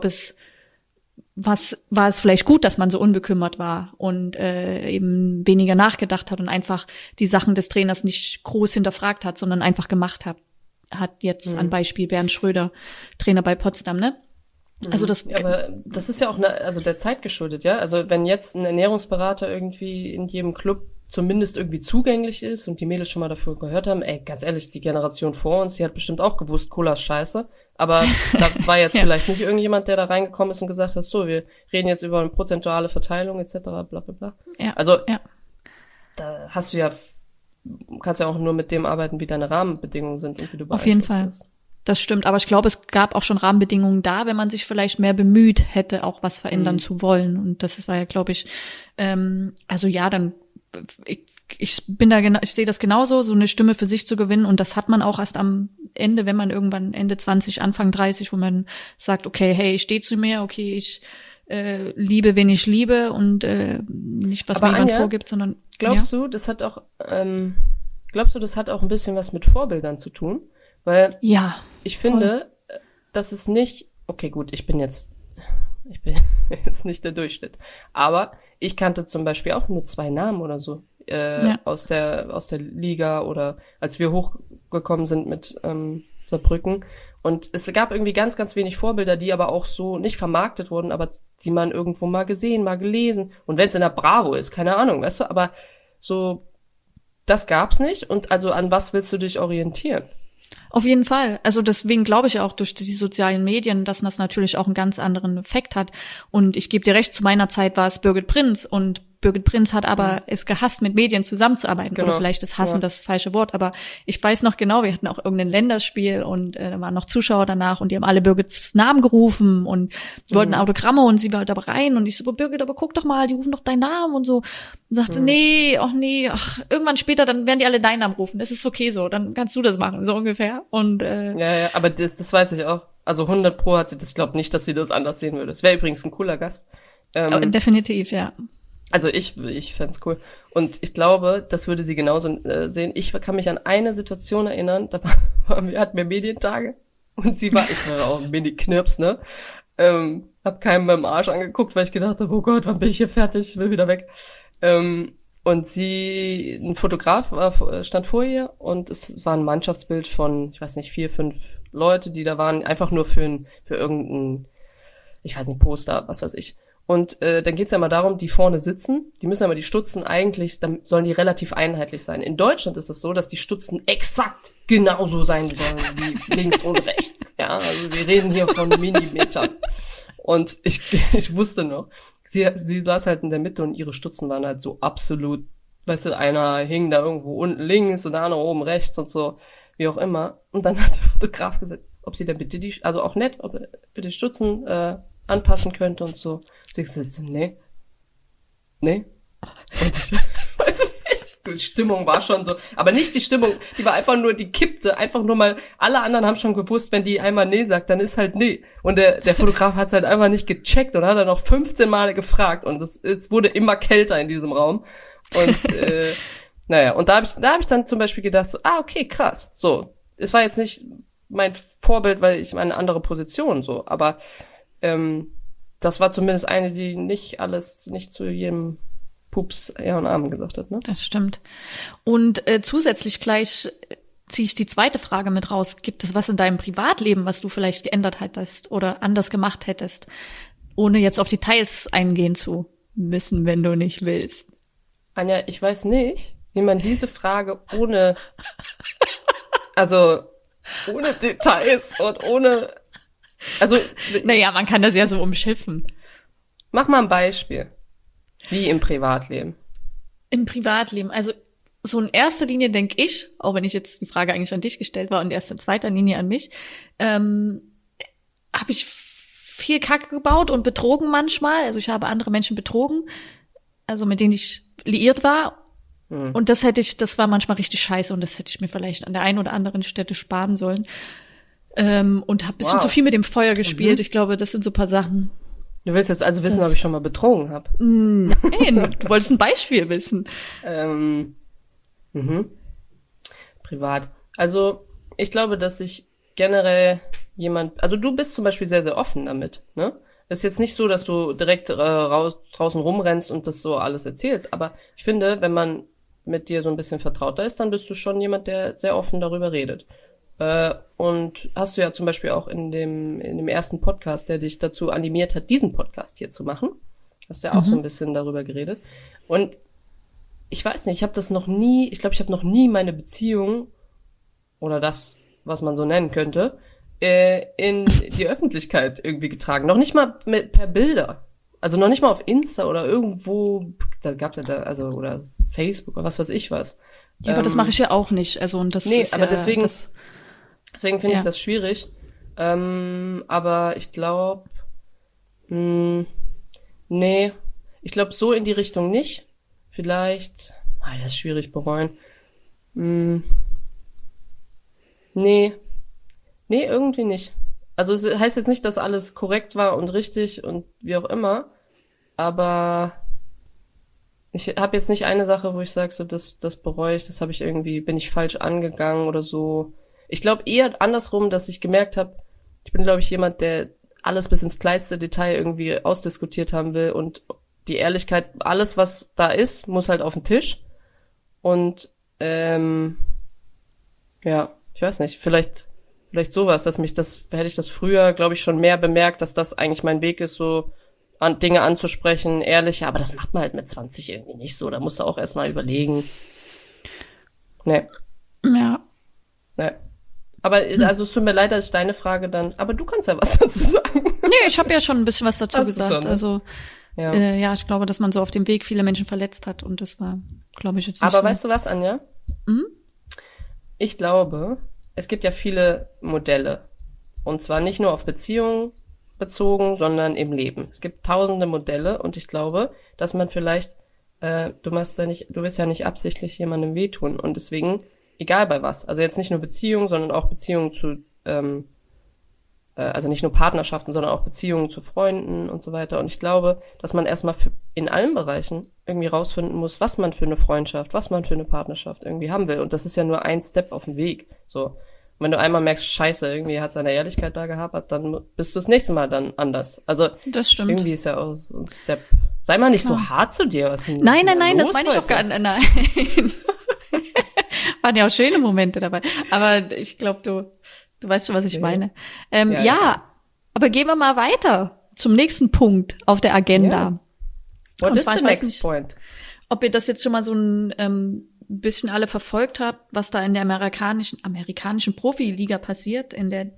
war es vielleicht gut, dass man so unbekümmert war und eben weniger nachgedacht hat und einfach die Sachen des Trainers nicht groß hinterfragt hat, sondern einfach gemacht hat jetzt an Beispiel Bernd Schröder, Trainer bei Potsdam, ne? Also
aber das ist ja auch also der Zeit geschuldet, ja? Also wenn jetzt ein Ernährungsberater irgendwie in jedem Club zumindest irgendwie zugänglich ist und die Mädels schon mal dafür gehört haben, ganz ehrlich, die Generation vor uns, die hat bestimmt auch gewusst, Cola ist scheiße, aber da war jetzt vielleicht nicht irgendjemand, der da reingekommen ist und gesagt hat, so, wir reden jetzt über eine prozentuale Verteilung etc., bla bla bla. Ja. Also da kannst ja auch nur mit dem arbeiten, wie deine Rahmenbedingungen sind und wie du beeinflusst
Auf jeden Fall. Hast. Das stimmt, aber ich glaube, es gab auch schon Rahmenbedingungen da, wenn man sich vielleicht mehr bemüht hätte, auch was verändern zu wollen. Und das war ja, glaube ich, also ja, dann ich sehe das genauso, so eine Stimme für sich zu gewinnen. Und das hat man auch erst am Ende, wenn man irgendwann Ende 20, Anfang 30, wo man sagt, okay, hey, ich stehe zu mir, okay, ich liebe, wen ich liebe und nicht, was mir jemand vorgibt, sondern
glaubst du, das hat auch ein bisschen was mit Vorbildern zu tun? Weil ich finde, dass es nicht, okay, gut, ich bin jetzt nicht der Durchschnitt, aber ich kannte zum Beispiel auch nur 2 Namen oder so aus der Liga oder als wir hochgekommen sind mit Saarbrücken Und es gab irgendwie ganz, ganz wenig Vorbilder, die aber auch so nicht vermarktet wurden, aber die man irgendwo mal gesehen, mal gelesen. Und wenn es in der Bravo ist, keine Ahnung, weißt du, aber so, das gab's nicht. Und also an was willst du dich orientieren?
Auf jeden Fall. Also deswegen glaube ich auch durch die sozialen Medien, dass das natürlich auch einen ganz anderen Effekt hat. Und ich gebe dir recht, zu meiner Zeit war es Birgit Prinz und Birgit Prinz hat aber es gehasst, mit Medien zusammenzuarbeiten.
Genau.
Oder vielleicht ist Hassen das falsche Wort, aber ich weiß noch genau, wir hatten auch irgendein Länderspiel und da waren noch Zuschauer danach und die haben alle Birgits Namen gerufen und wollten Autogramme und sie war halt dabei rein und ich so, Birgit, aber guck doch mal, die rufen doch deinen Namen und so. Und sagte, nee, irgendwann später, dann werden die alle deinen Namen rufen. Das ist okay so, dann kannst du das machen, so ungefähr. Und
Ja, aber das weiß ich auch. Also 100 Pro hat sie das, glaubt nicht, dass sie das anders sehen würde. Es wäre übrigens ein cooler Gast.
Definitiv, ja.
Also ich fänd's cool. Und ich glaube, das würde sie genauso sehen. Ich kann mich an eine Situation erinnern, da hatten wir Medientage und ich war auch ein Mini-Knirps, ne? Hab keinen beim Arsch angeguckt, weil ich gedacht habe, oh Gott, wann bin ich hier fertig? Ich will wieder weg. Und ein Fotograf stand vor ihr und es war ein Mannschaftsbild von, ich weiß nicht, 4, 5 Leute, die da waren, einfach nur für irgendein, ich weiß nicht, Poster, was weiß ich. Und dann geht's ja mal darum, die vorne sitzen, die müssen aber die Stutzen eigentlich, dann sollen die relativ einheitlich sein. In Deutschland ist es so, dass die Stutzen exakt genauso sein sollen wie links und rechts. Ja, also wir reden hier von Millimetern. Und ich wusste noch, sie saß halt in der Mitte und ihre Stutzen waren halt so absolut, weißt du, einer hing da irgendwo unten links und der andere oben rechts und so, wie auch immer. Und dann hat der Fotograf gesagt, ob sie dann bitte also auch nett, ob er bitte die Stutzen anpassen könnte und so. Sie gesagt, nee. Und ich weiß nicht, die Stimmung war schon so, aber nicht die Stimmung, die war einfach nur, die kippte, einfach nur mal, alle anderen haben schon gewusst, wenn die einmal nee sagt, dann ist halt nee. Und der Fotograf hat es halt einfach nicht gecheckt und hat dann noch 15 Male gefragt und es wurde immer kälter in diesem Raum. Und naja, und da hab ich dann zum Beispiel gedacht, so, okay, krass. So, es war jetzt nicht mein Vorbild, weil ich meine andere Position so, aber das war zumindest eine, die nicht zu jedem Pups Ja und Amen gesagt hat, ne?
Das stimmt. Und zusätzlich gleich ziehe ich die zweite Frage mit raus. Gibt es was in deinem Privatleben, was du vielleicht geändert hättest oder anders gemacht hättest, ohne jetzt auf Details eingehen zu müssen, wenn du nicht willst?
Anja, ich weiß nicht, wie man diese Frage ohne Details und
naja, man kann das ja so umschiffen.
Mach mal ein Beispiel. Wie im Privatleben?
Im Privatleben, also so in erster Linie denke ich, auch wenn ich jetzt die Frage eigentlich an dich gestellt war und erst in zweiter Linie an mich, habe ich viel Kacke gebaut und betrogen manchmal. Also ich habe andere Menschen betrogen, also mit denen ich liiert war. Und das war manchmal richtig scheiße und das hätte ich mir vielleicht an der einen oder anderen Stelle sparen sollen. Und habe ein bisschen zu viel mit dem Feuer gespielt. Ich glaube, das sind so ein paar Sachen.
Du willst jetzt also wissen, ob ich schon mal betrogen habe?
Nein, du wolltest ein Beispiel wissen.
Privat. Also ich glaube, dass ich generell also du bist zum Beispiel sehr, sehr offen damit, ne? Es ist jetzt nicht so, dass du direkt draußen rumrennst und das so alles erzählst, aber ich finde, wenn man mit dir so ein bisschen vertrauter ist, dann bist du schon jemand, der sehr offen darüber redet. Und hast du ja zum Beispiel auch in dem ersten Podcast, der dich dazu animiert hat, diesen Podcast hier zu machen, hast ja auch so ein bisschen darüber geredet. Und ich weiß nicht, ich habe noch nie meine Beziehung oder das, was man so nennen könnte, in die Öffentlichkeit irgendwie getragen. Noch nicht mal per Bilder. Also noch nicht mal auf Insta oder irgendwo, da gab's ja oder Facebook oder was weiß ich was.
Ja, aber das mache ich ja auch nicht. Also und das ist
aber
ja,
deswegen finde ich das schwierig. Aber ich glaube, nee, ich glaube so in die Richtung nicht. Vielleicht, das ist schwierig bereuen. Nee, irgendwie nicht. Also es heißt jetzt nicht, dass alles korrekt war und richtig und wie auch immer, aber ich habe jetzt nicht eine Sache, wo ich sage, so das bereue ich, bin ich falsch angegangen oder so. Ich glaube eher andersrum, dass ich gemerkt habe, ich bin, glaube ich, jemand, der alles bis ins kleinste Detail irgendwie ausdiskutiert haben will und die Ehrlichkeit, alles, was da ist, muss halt auf den Tisch. Und ja, ich weiß nicht, vielleicht Vielleicht sowas, hätte ich das früher, glaube ich, schon mehr bemerkt, dass das eigentlich mein Weg ist, so Dinge anzusprechen, ehrlicher, aber das macht man halt mit 20 irgendwie nicht so. Da musst du auch erstmal überlegen. Nee.
Ja.
Nee. Aber also es tut mir leid, dass ich deine Frage dann, aber du kannst ja was dazu sagen.
Nee, ich habe ja schon ein bisschen was dazu gesagt.
Schon, ne?
Also
ja.
ich glaube, dass man so auf dem Weg viele Menschen verletzt hat und das war, glaube ich, jetzt nicht
aber
so.
weißt du was, Anja? Ich glaube, es gibt ja viele Modelle. Und zwar nicht nur auf Beziehungen bezogen, sondern im Leben. Es gibt tausende Modelle und ich glaube, dass man vielleicht, du willst ja nicht absichtlich jemandem wehtun und deswegen, egal bei was, also jetzt nicht nur Beziehungen, sondern auch Beziehungen zu, also nicht nur Partnerschaften, sondern auch Beziehungen zu Freunden und so weiter. Und ich glaube, dass man erstmal in allen Bereichen irgendwie rausfinden muss, was man für eine Freundschaft, was man für eine Partnerschaft irgendwie haben will. Und das ist ja nur ein Step auf dem Weg. So. Und wenn du einmal merkst, scheiße, irgendwie hat seine Ehrlichkeit da gehapert, dann bist du das nächste Mal dann anders. Also
das stimmt.
Irgendwie ist ja auch so ein Step. Sei mal nicht so hart zu dir.
Nein, das meine ich auch gar nicht. Nein. Waren ja auch schöne Momente dabei. Aber ich glaube, du weißt schon, was ich meine. Ja, aber gehen wir mal weiter zum nächsten Punkt auf der Agenda.
Ja. What is the next point?
Ob ihr das jetzt schon mal so ein bisschen alle verfolgt habt, was da in der amerikanischen Profiliga passiert, in der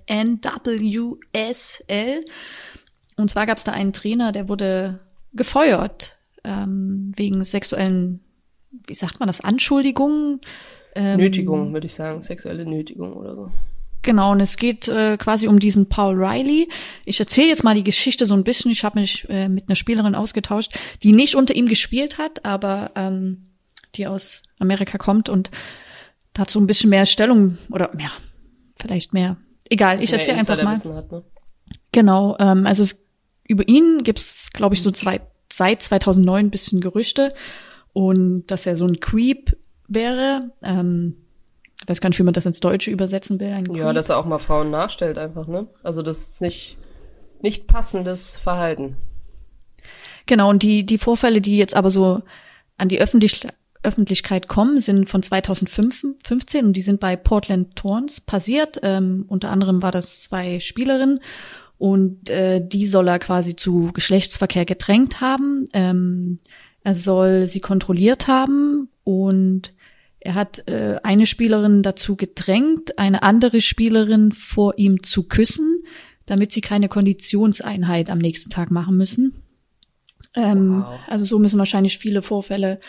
NWSL. Und zwar gab es da einen Trainer, der wurde gefeuert wegen sexuellen, wie sagt man das, Anschuldigungen?
Nötigung, würde ich sagen. Sexuelle Nötigung oder so.
Genau, und es geht quasi um diesen Paul Riley. Ich erzähle jetzt mal die Geschichte so ein bisschen. Ich habe mich mit einer Spielerin ausgetauscht, die nicht unter ihm gespielt hat, aber die aus Amerika kommt und da hat so ein bisschen mehr Stellung oder mehr, vielleicht mehr. Egal, ich erzähle einfach mal.
Hat, ne?
Genau, also über ihn gibt's, glaube ich, so seit 2009 ein bisschen Gerüchte und dass er so ein Creep wäre. Ich weiß gar nicht, wie man das ins Deutsche übersetzen will.
Ja, dass er auch mal Frauen nachstellt einfach, ne? Also das ist nicht passendes Verhalten.
Genau, und die Vorfälle, die jetzt aber so an die Öffentlichkeit kommen, sind von 2015 und die sind bei Portland Thorns passiert. Unter anderem war das 2 Spielerinnen und die soll er quasi zu Geschlechtsverkehr gedrängt haben. Er soll sie kontrolliert haben und er hat eine Spielerin dazu gedrängt, eine andere Spielerin vor ihm zu küssen, damit sie keine Konditionseinheit am nächsten Tag machen müssen. Wow. Also so müssen wahrscheinlich viele Vorfälle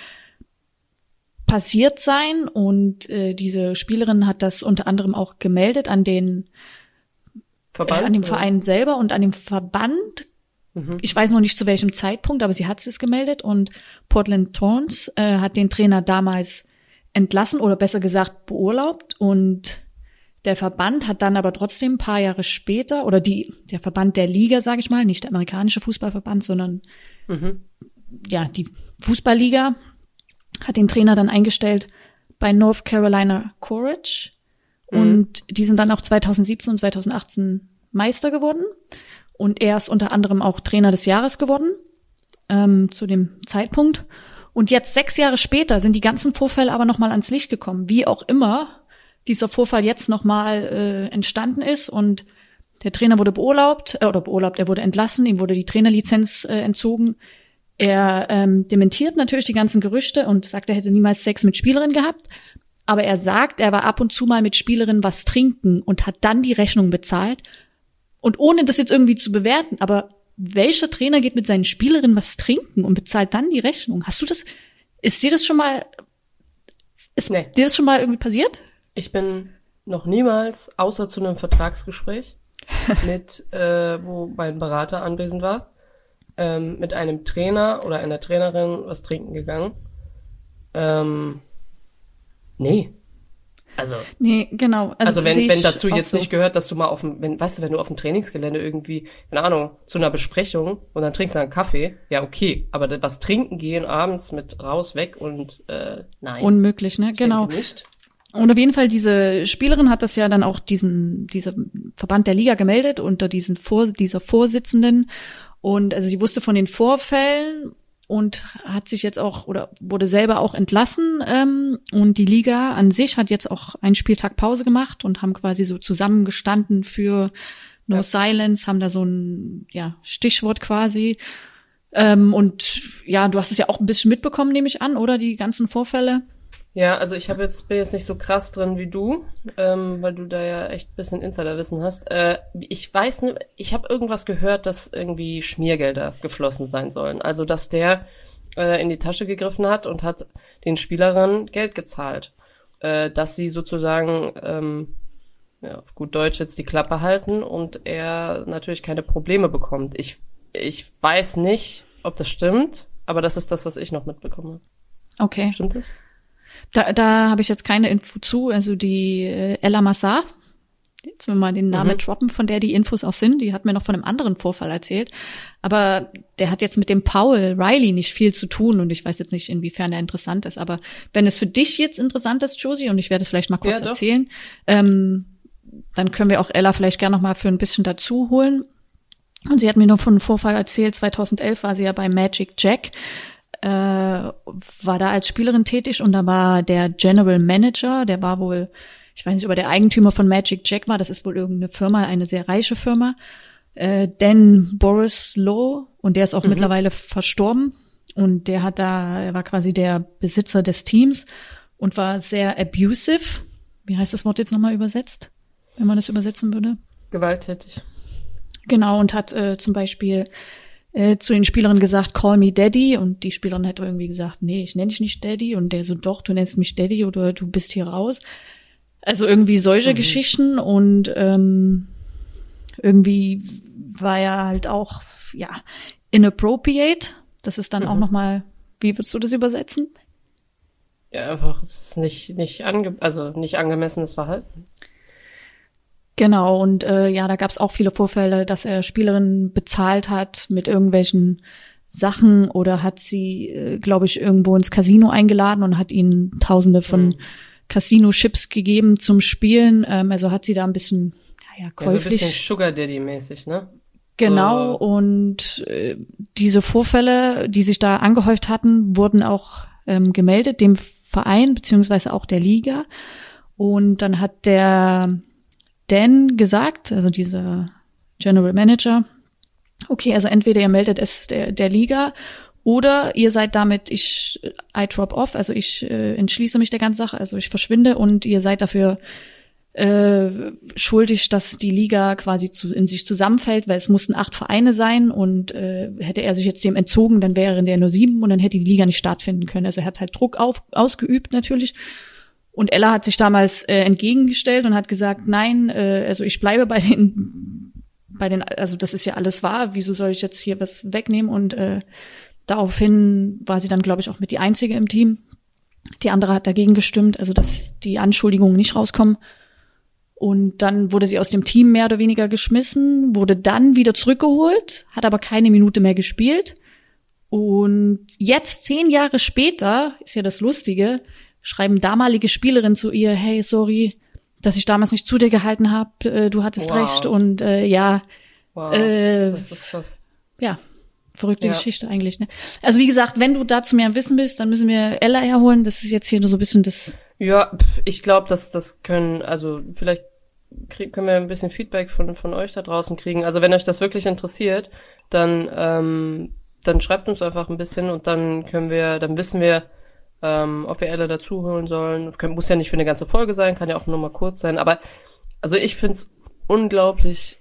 passiert sein und diese Spielerin hat das unter anderem auch gemeldet an den Verband, an dem Verein selber und an dem Verband. Ich weiß noch nicht zu welchem Zeitpunkt, aber sie hat es gemeldet und Portland Thorns hat den Trainer damals entlassen oder besser gesagt beurlaubt und der Verband hat dann aber trotzdem ein paar Jahre später oder der Verband der Liga, sage ich mal, nicht der amerikanische Fußballverband, sondern die Fußballliga hat den Trainer dann eingestellt bei North Carolina Courage und die sind dann auch 2017 und 2018 Meister geworden und er ist unter anderem auch Trainer des Jahres geworden zu dem Zeitpunkt. Und jetzt 6 Jahre später sind die ganzen Vorfälle aber nochmal ans Licht gekommen. Wie auch immer dieser Vorfall jetzt nochmal entstanden ist. Und der Trainer wurde er wurde entlassen, ihm wurde die Trainerlizenz entzogen. Er dementiert natürlich die ganzen Gerüchte und sagt, er hätte niemals Sex mit Spielerinnen gehabt. Aber er sagt, er war ab und zu mal mit Spielerinnen was trinken und hat dann die Rechnung bezahlt. Und ohne das jetzt irgendwie zu bewerten, aber welcher Trainer geht mit seinen Spielerinnen was trinken und bezahlt dann die Rechnung? Ist dir das schon mal irgendwie passiert?
Ich bin noch niemals, außer zu einem Vertragsgespräch mit, wo mein Berater anwesend war, mit einem Trainer oder einer Trainerin was trinken gegangen. Nee.
Nee, genau.
Also wenn dazu jetzt nicht gehört, dass du mal wenn du auf dem Trainingsgelände irgendwie, keine Ahnung, zu einer Besprechung und dann trinkst du einen Kaffee, ja okay, aber was trinken gehen abends mit raus, weg und nein.
Unmöglich, ne? Genau.
Nicht.
Und auf jeden Fall, diese Spielerin hat das ja dann auch dieser Verband der Liga gemeldet unter dieser Vorsitzenden und also sie wusste von den Vorfällen und hat sich jetzt auch oder wurde selber auch entlassen. Und die Liga an sich hat jetzt auch einen Spieltag Pause gemacht und haben quasi so zusammengestanden für No Silence, haben da so ein Stichwort quasi. Und ja, du hast es ja auch ein bisschen mitbekommen, nehme ich an, oder die ganzen Vorfälle?
Ja, also ich bin jetzt nicht so krass drin wie du, weil du da ja echt ein bisschen Insiderwissen hast. Ich weiß nicht, ich habe irgendwas gehört, dass irgendwie Schmiergelder geflossen sein sollen. Also dass der in die Tasche gegriffen hat und hat den Spielerinnen Geld gezahlt, dass sie sozusagen auf gut Deutsch jetzt die Klappe halten und er natürlich keine Probleme bekommt. Ich weiß nicht, ob das stimmt, aber das ist das, was ich noch mitbekomme.
Okay.
Stimmt das?
Da habe ich jetzt keine Info zu. Also die Ella Massar, jetzt will mal den Namen droppen, von der die Infos auch sind, die hat mir noch von einem anderen Vorfall erzählt. Aber der hat jetzt mit dem Paul Riley nicht viel zu tun und ich weiß jetzt nicht, inwiefern er interessant ist. Aber wenn es für dich jetzt interessant ist, Josie, und ich werde es vielleicht mal kurz erzählen, dann können wir auch Ella vielleicht gerne noch mal für ein bisschen dazu holen. Und sie hat mir noch von einem Vorfall erzählt, 2011 war sie ja bei Magic Jack, war da als Spielerin tätig und da war der General Manager, der war wohl, ich weiß nicht, ob er der Eigentümer von Magic Jack war, das ist wohl irgendeine Firma, eine sehr reiche Firma, Dan Borislow, und der ist auch mittlerweile verstorben und er war quasi der Besitzer des Teams und war sehr abusive. Wie heißt das Wort jetzt nochmal übersetzt, wenn man das übersetzen würde?
Gewalttätig.
Genau, und hat zum Beispiel zu den Spielerinnen gesagt, call me Daddy, und die Spielerin hat irgendwie gesagt, nee, ich nenne dich nicht Daddy, und der so, doch, du nennst mich Daddy oder du bist hier raus. Also irgendwie solche Geschichten, und irgendwie war er halt auch, inappropriate. Das ist dann auch nochmal, wie würdest du das übersetzen?
Ja, einfach, es ist nicht angemessenes Verhalten.
Genau, und da gab es auch viele Vorfälle, dass er Spielerinnen bezahlt hat mit irgendwelchen Sachen oder hat sie, glaube ich, irgendwo ins Casino eingeladen und hat ihnen Tausende von Casino-Chips gegeben zum Spielen. Also hat sie da ein bisschen, käuflich.
So ein bisschen Sugar Daddy-mäßig, ne?
Genau,
so.
Und diese Vorfälle, die sich da angehäuft hatten, wurden auch gemeldet, dem Verein beziehungsweise auch der Liga. Und dann hat der Dan gesagt, also dieser General Manager, okay, also entweder ihr meldet es der Liga oder ihr seid damit, I drop off, also ich entschließe mich der ganzen Sache, also ich verschwinde und ihr seid dafür schuldig, dass die Liga quasi in sich zusammenfällt, weil es mussten 8 Vereine sein und hätte er sich jetzt dem entzogen, dann wären der nur 7 und dann hätte die Liga nicht stattfinden können. Also er hat halt Druck ausgeübt natürlich. Und Ella hat sich damals entgegengestellt und hat gesagt, nein, also ich bleibe bei den, also das ist ja alles wahr, wieso soll ich jetzt hier was wegnehmen? Und daraufhin war sie dann, glaube ich, auch mit die Einzige im Team. Die andere hat dagegen gestimmt, also dass die Anschuldigungen nicht rauskommen. Und dann wurde sie aus dem Team mehr oder weniger geschmissen, wurde dann wieder zurückgeholt, hat aber keine Minute mehr gespielt. Und jetzt, 10 Jahre später, ist ja das Lustige, schreiben damalige Spielerinnen zu ihr, hey, sorry, dass ich damals nicht zu dir gehalten habe, du hattest recht und
Wow, das ist krass.
Ja, verrückte Geschichte eigentlich, ne? Also wie gesagt, wenn du dazu mehr Wissen bist, dann müssen wir Ella herholen, das ist jetzt hier nur so ein bisschen das...
Ja, ich glaube, das können, also vielleicht können wir ein bisschen Feedback von euch da draußen kriegen. Also wenn euch das wirklich interessiert, dann schreibt uns einfach ein bisschen und dann wissen wir, ob wir Ella dazu holen sollen. Muss ja nicht für eine ganze Folge sein, kann ja auch nur mal kurz sein. Aber also ich find's unglaublich,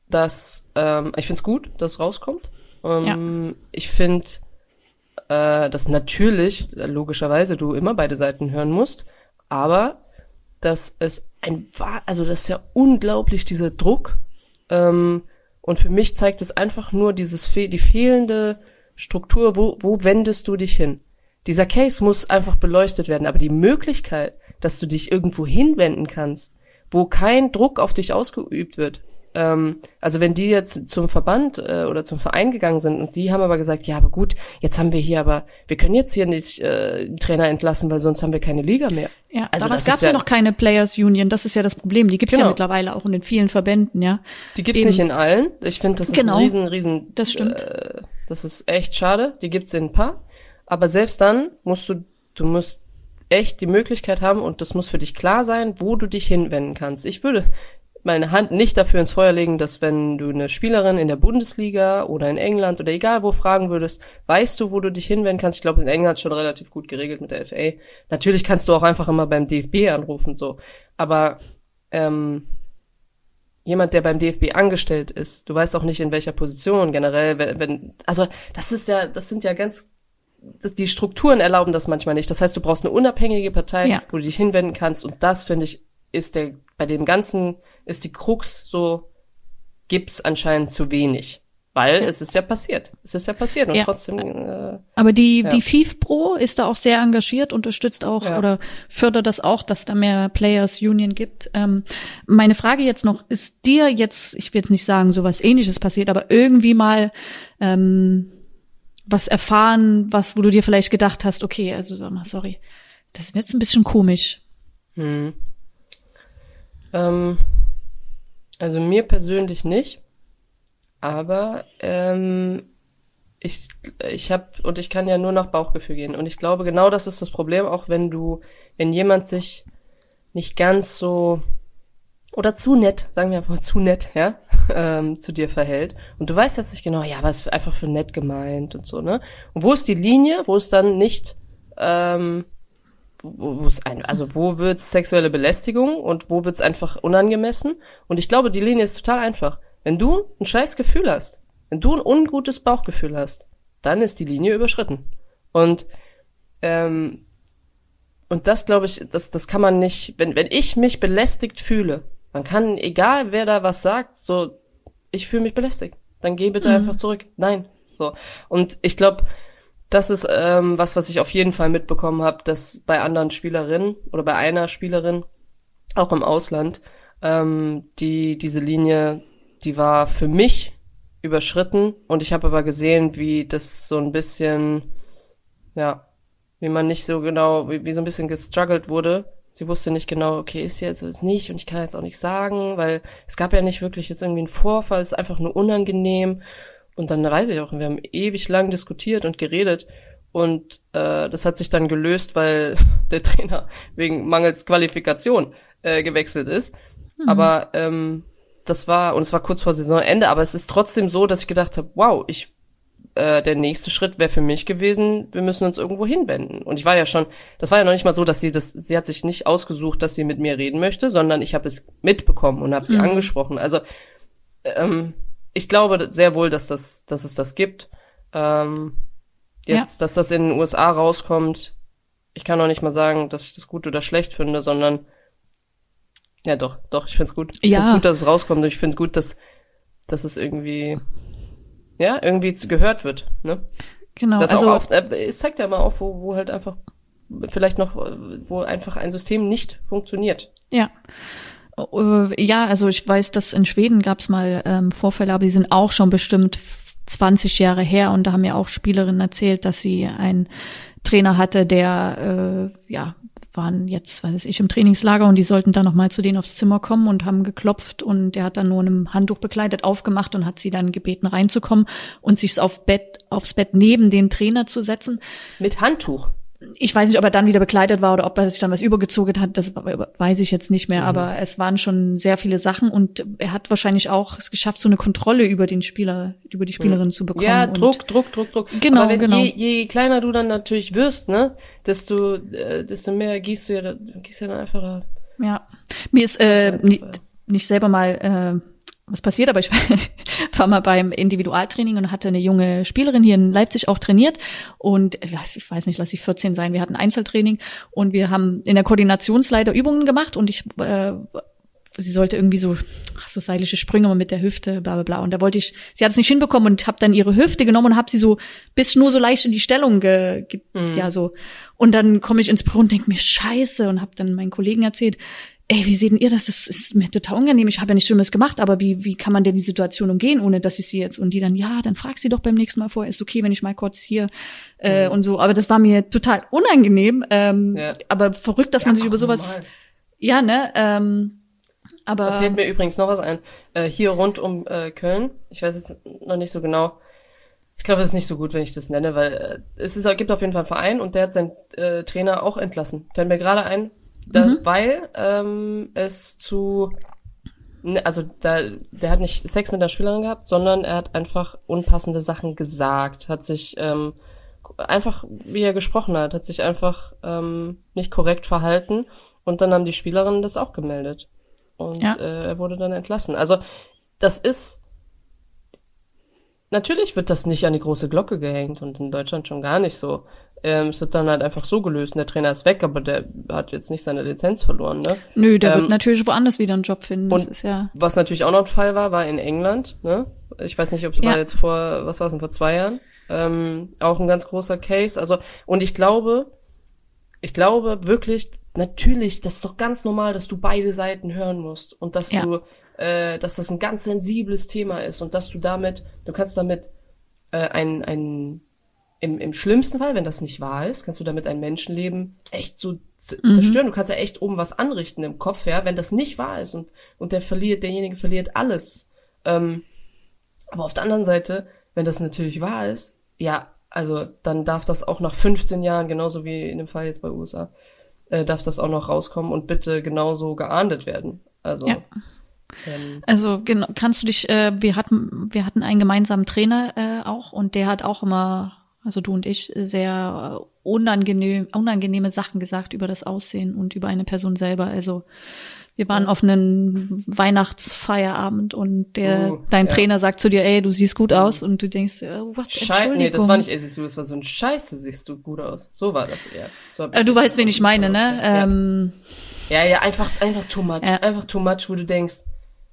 ich find's gut, dass es rauskommt. Ich finde, dass natürlich, logischerweise, du immer beide Seiten hören musst, aber dass es das ist ja unglaublich, dieser Druck. Und für mich zeigt es einfach nur die fehlende Struktur, wo wendest du dich hin? Dieser Case muss einfach beleuchtet werden, aber die Möglichkeit, dass du dich irgendwo hinwenden kannst, wo kein Druck auf dich ausgeübt wird. Also wenn die jetzt zum Verband oder zum Verein gegangen sind und die haben aber gesagt, ja, aber gut, jetzt haben wir können jetzt hier nicht den Trainer entlassen, weil sonst haben wir keine Liga mehr.
Ja, also damals gab es ja noch keine Players Union, das ist ja das Problem. Die gibt's ja mittlerweile auch in den vielen Verbänden, ja.
Die gibt's nicht in allen. Ich finde, das ist ein riesen
das stimmt.
Das ist echt schade. Die gibt's in ein paar. Aber selbst dann musst du musst echt die Möglichkeit haben und das muss für dich klar sein, wo du dich hinwenden kannst. Ich würde meine Hand nicht dafür ins Feuer legen, dass wenn du eine Spielerin in der Bundesliga oder in England oder egal wo fragen würdest, weißt du, wo du dich hinwenden kannst? Ich glaube, in England schon relativ gut geregelt mit der FA. Natürlich kannst du auch einfach immer beim DFB anrufen, so. Aber jemand, der beim DFB angestellt ist, du weißt auch nicht, in welcher Position generell, die Strukturen erlauben das manchmal nicht. Das heißt, du brauchst eine unabhängige Partei, wo du dich hinwenden kannst und das, finde ich, bei dem Ganzen ist die Krux so, gibt's anscheinend zu wenig. Weil es ist ja passiert. Und trotzdem.
Aber die FIFPro ist da auch sehr engagiert, unterstützt auch oder fördert das auch, dass da mehr Players Union gibt. Meine Frage jetzt noch, ist dir jetzt, ich will jetzt nicht sagen, sowas Ähnliches passiert, aber irgendwie mal was erfahren, wo du dir vielleicht gedacht hast, okay, also sorry, das wird jetzt ein bisschen komisch.
Also mir persönlich nicht. Aber ich kann ja nur nach Bauchgefühl gehen. Und ich glaube, genau das ist das Problem, auch wenn jemand sich nicht ganz so oder zu nett, sagen wir einfach zu nett, ja, zu dir verhält. Und du weißt jetzt nicht genau, ja, aber es ist einfach für nett gemeint und so, ne? Und wo ist die Linie, wo es dann nicht, wo wird's sexuelle Belästigung und wo wird's einfach unangemessen? Und ich glaube, die Linie ist total einfach. Wenn du ein scheiß Gefühl hast, wenn du ein ungutes Bauchgefühl hast, dann ist die Linie überschritten. Und das glaube ich, das kann man nicht, wenn ich mich belästigt fühle, man kann, egal wer da was sagt, so, ich fühle mich belästigt. Dann geh bitte einfach zurück. Nein. So. Und ich glaube, das ist was ich auf jeden Fall mitbekommen habe, dass bei anderen Spielerinnen oder bei einer Spielerin, auch im Ausland, diese Linie, die war für mich überschritten und ich habe aber gesehen, wie das so ein bisschen, ja, wie man nicht so genau, wie so ein bisschen gestruggelt wurde. Sie wusste nicht genau, okay, ist jetzt, ist nicht und ich kann jetzt auch nicht sagen, weil es gab ja nicht wirklich jetzt irgendwie einen Vorfall, es ist einfach nur unangenehm. Und dann weiß ich auch, wir haben ewig lang diskutiert und geredet und das hat sich dann gelöst, weil der Trainer wegen mangels Qualifikation gewechselt ist. Aber es war kurz vor Saisonende, aber es ist trotzdem so, dass ich gedacht habe, wow, der nächste Schritt wäre für mich gewesen, wir müssen uns irgendwo hinwenden. Und das war ja noch nicht mal so, dass sie hat sich nicht ausgesucht, dass sie mit mir reden möchte, sondern ich habe es mitbekommen und habe sie angesprochen. Also ich glaube sehr wohl, dass es das gibt. Dass das in den USA rauskommt, ich kann auch nicht mal sagen, dass ich das gut oder schlecht finde, sondern ja, doch, ich find's gut. Ich find's gut, dass es rauskommt und ich find's gut, dass es irgendwie gehört wird, ne?
Genau.
Das also auch oft, es zeigt ja mal auf, wo halt einfach vielleicht noch, wo einfach ein System nicht funktioniert.
Ja. Ja, also ich weiß, dass in Schweden gab's mal Vorfälle, aber die sind auch schon bestimmt 20 Jahre her und da haben ja auch Spielerinnen erzählt, dass sie einen Trainer hatte, der waren jetzt, weiß ich, im Trainingslager und die sollten dann nochmal zu denen aufs Zimmer kommen und haben geklopft und der hat dann nur in einem Handtuch bekleidet aufgemacht und hat sie dann gebeten reinzukommen und sich aufs Bett neben den Trainer zu setzen.
Mit Handtuch?
Ich weiß nicht, ob er dann wieder bekleidet war oder ob er sich dann was übergezogen hat, das weiß ich jetzt nicht mehr, aber es waren schon sehr viele Sachen und er hat wahrscheinlich auch es geschafft, so eine Kontrolle über die Spielerin zu bekommen.
Ja, Druck.
Genau,
aber
genau.
Je kleiner du dann natürlich wirst, ne, desto mehr gießt du dann einfach da.
Ja, mir ist nicht selber mal was passiert, aber ich war mal beim Individualtraining und hatte eine junge Spielerin hier in Leipzig auch trainiert und ich weiß nicht, lass sie 14 sein, wir hatten Einzeltraining und wir haben in der Koordinationsleiter Übungen gemacht und sie sollte irgendwie so seitliche Sprünge mit der Hüfte, bla bla bla. Und sie hat es nicht hinbekommen und habe dann ihre Hüfte genommen und habe sie so nur so leicht in die Stellung so. Und dann komme ich ins Büro und denke mir, scheiße, und habe dann meinen Kollegen erzählt, ey, wie seht denn ihr das? Das ist mir total unangenehm. Ich habe ja nichts Schlimmes gemacht, aber wie kann man denn die Situation umgehen, ohne dass ich sie jetzt, und die dann, ja, dann frag sie doch beim nächsten Mal vorher, ist okay, wenn ich mal kurz hier und so. Aber das war mir total unangenehm, aber verrückt, dass man sich über sowas, aber.
Da fällt mir übrigens noch was ein. Hier rund um Köln, ich weiß jetzt noch nicht so genau, Ich glaube, es ist nicht so gut, wenn ich das nenne, weil gibt auf jeden Fall einen Verein und der hat seinen Trainer auch entlassen. Fällt mir gerade ein, weil es zu, also der hat nicht Sex mit einer Spielerin gehabt, sondern er hat einfach unpassende Sachen gesagt, hat sich einfach, wie er gesprochen hat sich einfach nicht korrekt verhalten und dann haben die Spielerinnen das auch gemeldet und er wurde dann entlassen. Also das ist natürlich wird das nicht an die große Glocke gehängt und in Deutschland schon gar nicht so. Es wird dann halt einfach so gelöst und der Trainer ist weg, aber der hat jetzt nicht seine Lizenz verloren, ne?
Nö, der wird natürlich woanders wieder einen Job finden. Das
und
ist ja.
Was natürlich auch noch ein Fall war in England, ne? Ich weiß nicht, ob es war jetzt vor 2 Jahren? Auch ein ganz großer Case. Also, und ich glaube wirklich, natürlich, das ist doch ganz normal, dass du beide Seiten hören musst und dass dass das ein ganz sensibles Thema ist und dass du kannst damit im schlimmsten Fall, wenn das nicht wahr ist, kannst du damit ein Menschenleben echt so zerstören. Du kannst ja echt oben was anrichten im Kopf, ja, wenn das nicht wahr ist und derjenige verliert alles. Aber auf der anderen Seite, wenn das natürlich wahr ist, ja, also dann darf das auch nach 15 Jahren, genauso wie in dem Fall jetzt bei USA, darf das auch noch rauskommen und bitte genauso geahndet werden. Also
also genau, kannst du dich, wir hatten einen gemeinsamen Trainer auch und der hat auch immer, also du und ich, sehr unangenehme Sachen gesagt über das Aussehen und über eine Person selber. Also wir waren auf einem Weihnachtsfeierabend und dein Trainer sagt zu dir, ey, du siehst gut aus und du denkst, was, Entschuldigung. Nee,
das war nicht, ey, siehst du, das war so ein Scheiße, siehst du gut aus. So war das eher. So
du weißt, wen ich meine, ne?
Ja, einfach too much. Ja. Einfach too much, wo du denkst,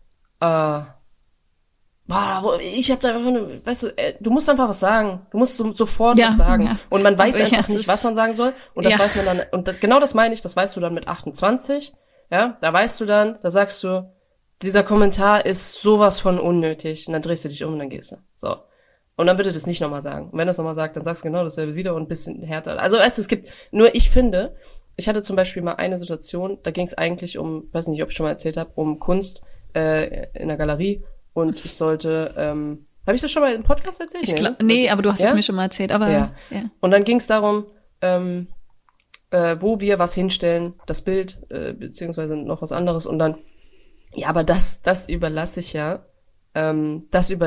ich hab da einfach nur, weißt du, du musst einfach was sagen. Du musst sofort was sagen. Ja. Und man weiß einfach nicht, was man sagen soll. Und das weiß man dann, und genau das meine ich, das weißt du dann mit 28. Ja, da weißt du dann, da sagst du, dieser Kommentar ist sowas von unnötig. Und dann drehst du dich um und dann gehst du. So. Und dann wird er das nicht nochmal sagen. Und wenn er es nochmal sagt, dann sagst du genau dasselbe wieder und ein bisschen härter. Also weißt du, ich finde, ich hatte zum Beispiel mal eine Situation, da ging es eigentlich weiß nicht, ob ich schon mal erzählt habe, um Kunst in der Galerie und ich sollte, habe ich das schon mal im Podcast erzählt?
Nee, aber du hast es mir schon mal erzählt, aber ja.
Und dann ging es darum, wo wir was hinstellen, das Bild, beziehungsweise noch was anderes und dann, ja, aber das überlasse ich ja dem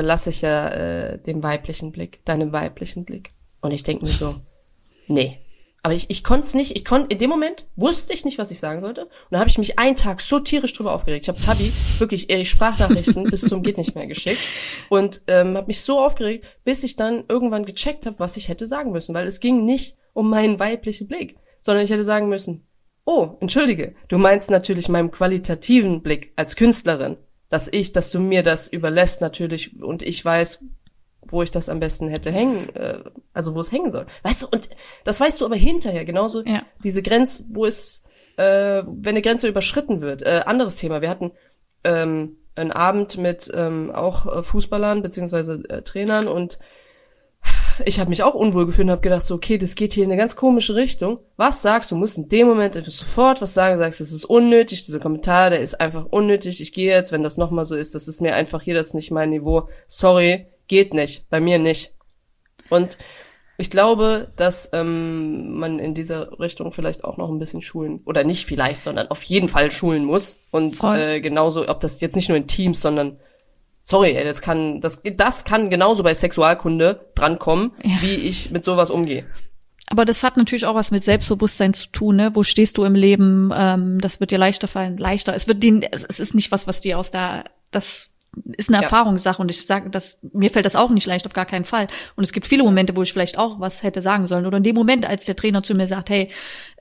weiblichen Blick, deinem weiblichen Blick. Und ich denke mir so, nee. Aber ich konnte es nicht, in dem Moment wusste ich nicht, was ich sagen sollte. Und dann habe ich mich einen Tag so tierisch drüber aufgeregt. Ich habe Tabi wirklich Sprachnachrichten bis zum geht nicht mehr geschickt und habe mich so aufgeregt, bis ich dann irgendwann gecheckt habe, was ich hätte sagen müssen. Weil es ging nicht um meinen weiblichen Blick, sondern ich hätte sagen müssen, oh, entschuldige, du meinst natürlich meinem qualitativen Blick als Künstlerin, dass du mir das überlässt natürlich und ich weiß, wo ich das am besten hätte wo es hängen soll. Weißt du, und das weißt du aber hinterher, genauso diese Grenze, wenn eine Grenze überschritten wird. Anderes Thema, wir hatten einen Abend mit auch Fußballern beziehungsweise Trainern und ich habe mich auch unwohl gefühlt und habe gedacht, so, okay, das geht hier in eine ganz komische Richtung. Was sagst du? Musst in dem Moment sofort was sagen, sagst, das ist unnötig, dieser Kommentar, der ist einfach unnötig, ich gehe jetzt, wenn das nochmal so ist, das ist mir einfach hier, das ist nicht mein Niveau, sorry, geht nicht, bei mir nicht. Und ich glaube, dass man in dieser Richtung vielleicht auch noch ein bisschen schulen, oder nicht vielleicht, sondern auf jeden Fall schulen muss. Und genauso, ob das jetzt nicht nur in Teams, sondern sorry, ey, das kann genauso bei Sexualkunde drankommen, wie ich mit sowas umgehe.
Aber das hat natürlich auch was mit Selbstbewusstsein zu tun, ne? Wo stehst du im Leben? Das wird dir leichter fallen, leichter. Es ist nicht was dir das ist eine Erfahrungssache und ich sage, mir fällt das auch nicht leicht, auf gar keinen Fall. Und es gibt viele Momente, wo ich vielleicht auch was hätte sagen sollen. Oder in dem Moment, als der Trainer zu mir sagt, hey,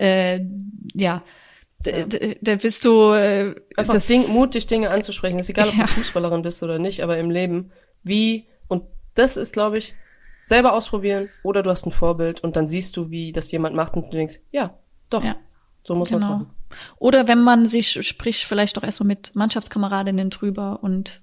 da bist du
einfach mutig, Dinge anzusprechen. Ist egal, ob du Fußballerin bist oder nicht, aber im Leben, und das ist, glaube ich, selber ausprobieren oder du hast ein Vorbild und dann siehst du, wie das jemand macht und du denkst, ja, doch, so muss man es machen.
Oder wenn man sprich vielleicht doch erstmal mit Mannschaftskameradinnen drüber und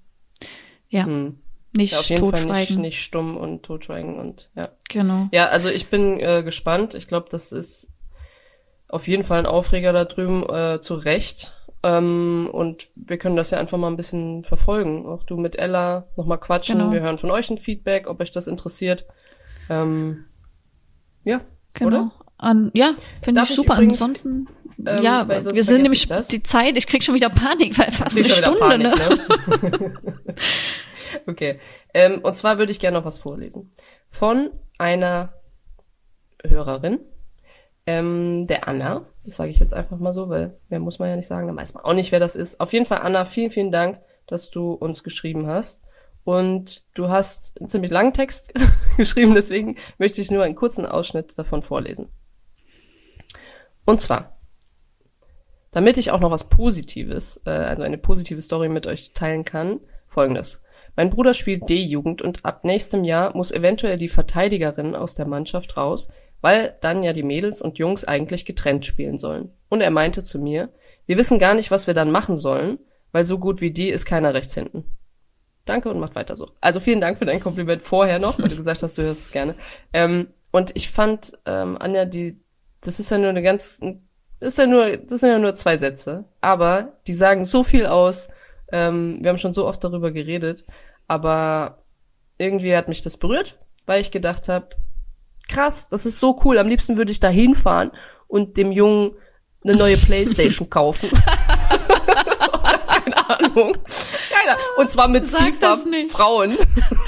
nicht
auf jeden
totschweigen.
Fall nicht stumm und totschweigen und
Genau.
Ja, also ich bin gespannt. Ich glaube, das ist auf jeden Fall ein Aufreger da drüben, zu Recht. Und wir können das ja einfach mal ein bisschen verfolgen. Auch du mit Ella nochmal quatschen. Genau. Wir hören von euch ein Feedback, ob euch das interessiert. Ja,
Genau.
oder?
Ja, finde
Darf
ich
ich
super.
übrigens,
Ansonsten,
weil sonst
wir sind
vergesse
nämlich
ich das.
die Zeit, ich krieg schon wieder Panik, weil fast eine
Krieg schon
Stunde,
wieder Panik,
ne?
ne? Okay. Und zwar würde ich gerne noch was vorlesen. Von einer Hörerin, der Anna. Das sage ich jetzt einfach mal so, weil mehr muss man ja nicht sagen, dann weiß man auch nicht, wer das ist. Auf jeden Fall, Anna, vielen, vielen Dank, dass du uns geschrieben hast. Und du hast einen ziemlich langen Text geschrieben, deswegen möchte ich nur einen kurzen Ausschnitt davon vorlesen. Und zwar, damit ich auch noch was Positives, also eine positive Story mit euch teilen kann, Folgendes. Mein Bruder spielt D-Jugend und ab nächstem Jahr muss eventuell die Verteidigerin aus der Mannschaft raus, weil dann ja die Mädels und Jungs eigentlich getrennt spielen sollen. Und er meinte zu mir, wir wissen gar nicht, was wir dann machen sollen, weil so gut wie die ist keiner rechts hinten. Danke und macht weiter so. Also vielen Dank für dein Kompliment vorher noch, weil du gesagt hast, du hörst es gerne. Und ich fand, Anja, das ist ja nur das sind ja nur 2 Sätze, aber die sagen so viel aus. Wir haben schon so oft darüber geredet, aber irgendwie hat mich das berührt, weil ich gedacht habe, krass, das ist so cool. Am liebsten würde ich da hinfahren und dem Jungen eine neue Playstation kaufen. Keine Ahnung. Keiner. Und zwar mit
Sag
FIFA
das nicht.
Frauen.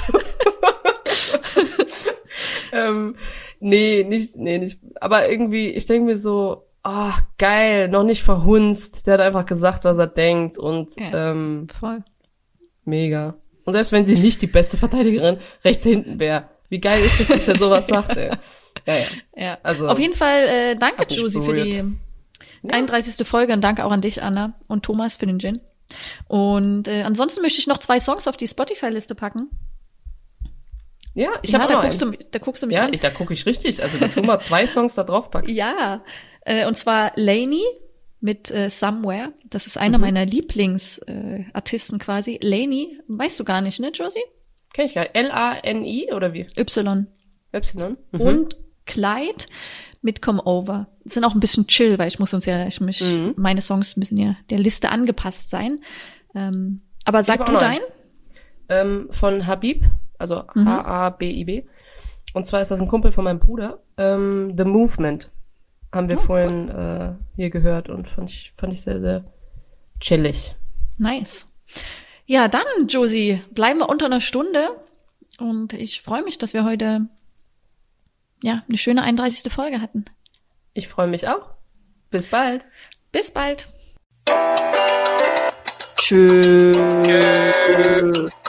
Nee, nicht. Aber irgendwie, ich denke mir so, geil, noch nicht verhunzt. Der hat einfach gesagt, was er denkt und
Ja, voll.
mega. Und selbst wenn sie nicht die beste Verteidigerin rechts hinten wäre, wie geil ist das, dass er sowas sagt, ey. Ja.
Ja.
Also,
auf jeden Fall danke,
hat mich
Josie, für die
berührt.
31. Folge und danke auch an dich, Anna und Thomas für den Gin. Und ansonsten möchte ich noch 2 Songs auf die Spotify-Liste packen.
Ja, ich habe
da
noch
guckst
einen.
da guckst du mich
Ja,
an.
da gucke ich richtig. Also, dass du mal 2 Songs da drauf packst.
Ja, und zwar Lainey mit Somewhere. Das ist einer meiner Lieblingsartisten quasi. Lainey, weißt du gar nicht, ne, Josie?
Kenn ich gar nicht. L-A-N-I oder wie?
Y.
Y? Mhm.
Und Clyde mit Come Over. Das sind auch ein bisschen chill, weil meine Songs müssen ja der Liste angepasst sein. Aber sag
hab
du
auch noch
dein?
von Habib, also H-A-B-I-B. Und zwar ist das ein Kumpel von meinem Bruder. The Movement haben wir vorhin hier gehört und fand ich sehr, sehr chillig.
Nice. Ja, dann, Josie, bleiben wir unter einer Stunde. Und ich freue mich, dass wir heute eine schöne 31. Folge hatten.
Ich freue mich auch. Bis bald.
Bis bald.
Tschüss.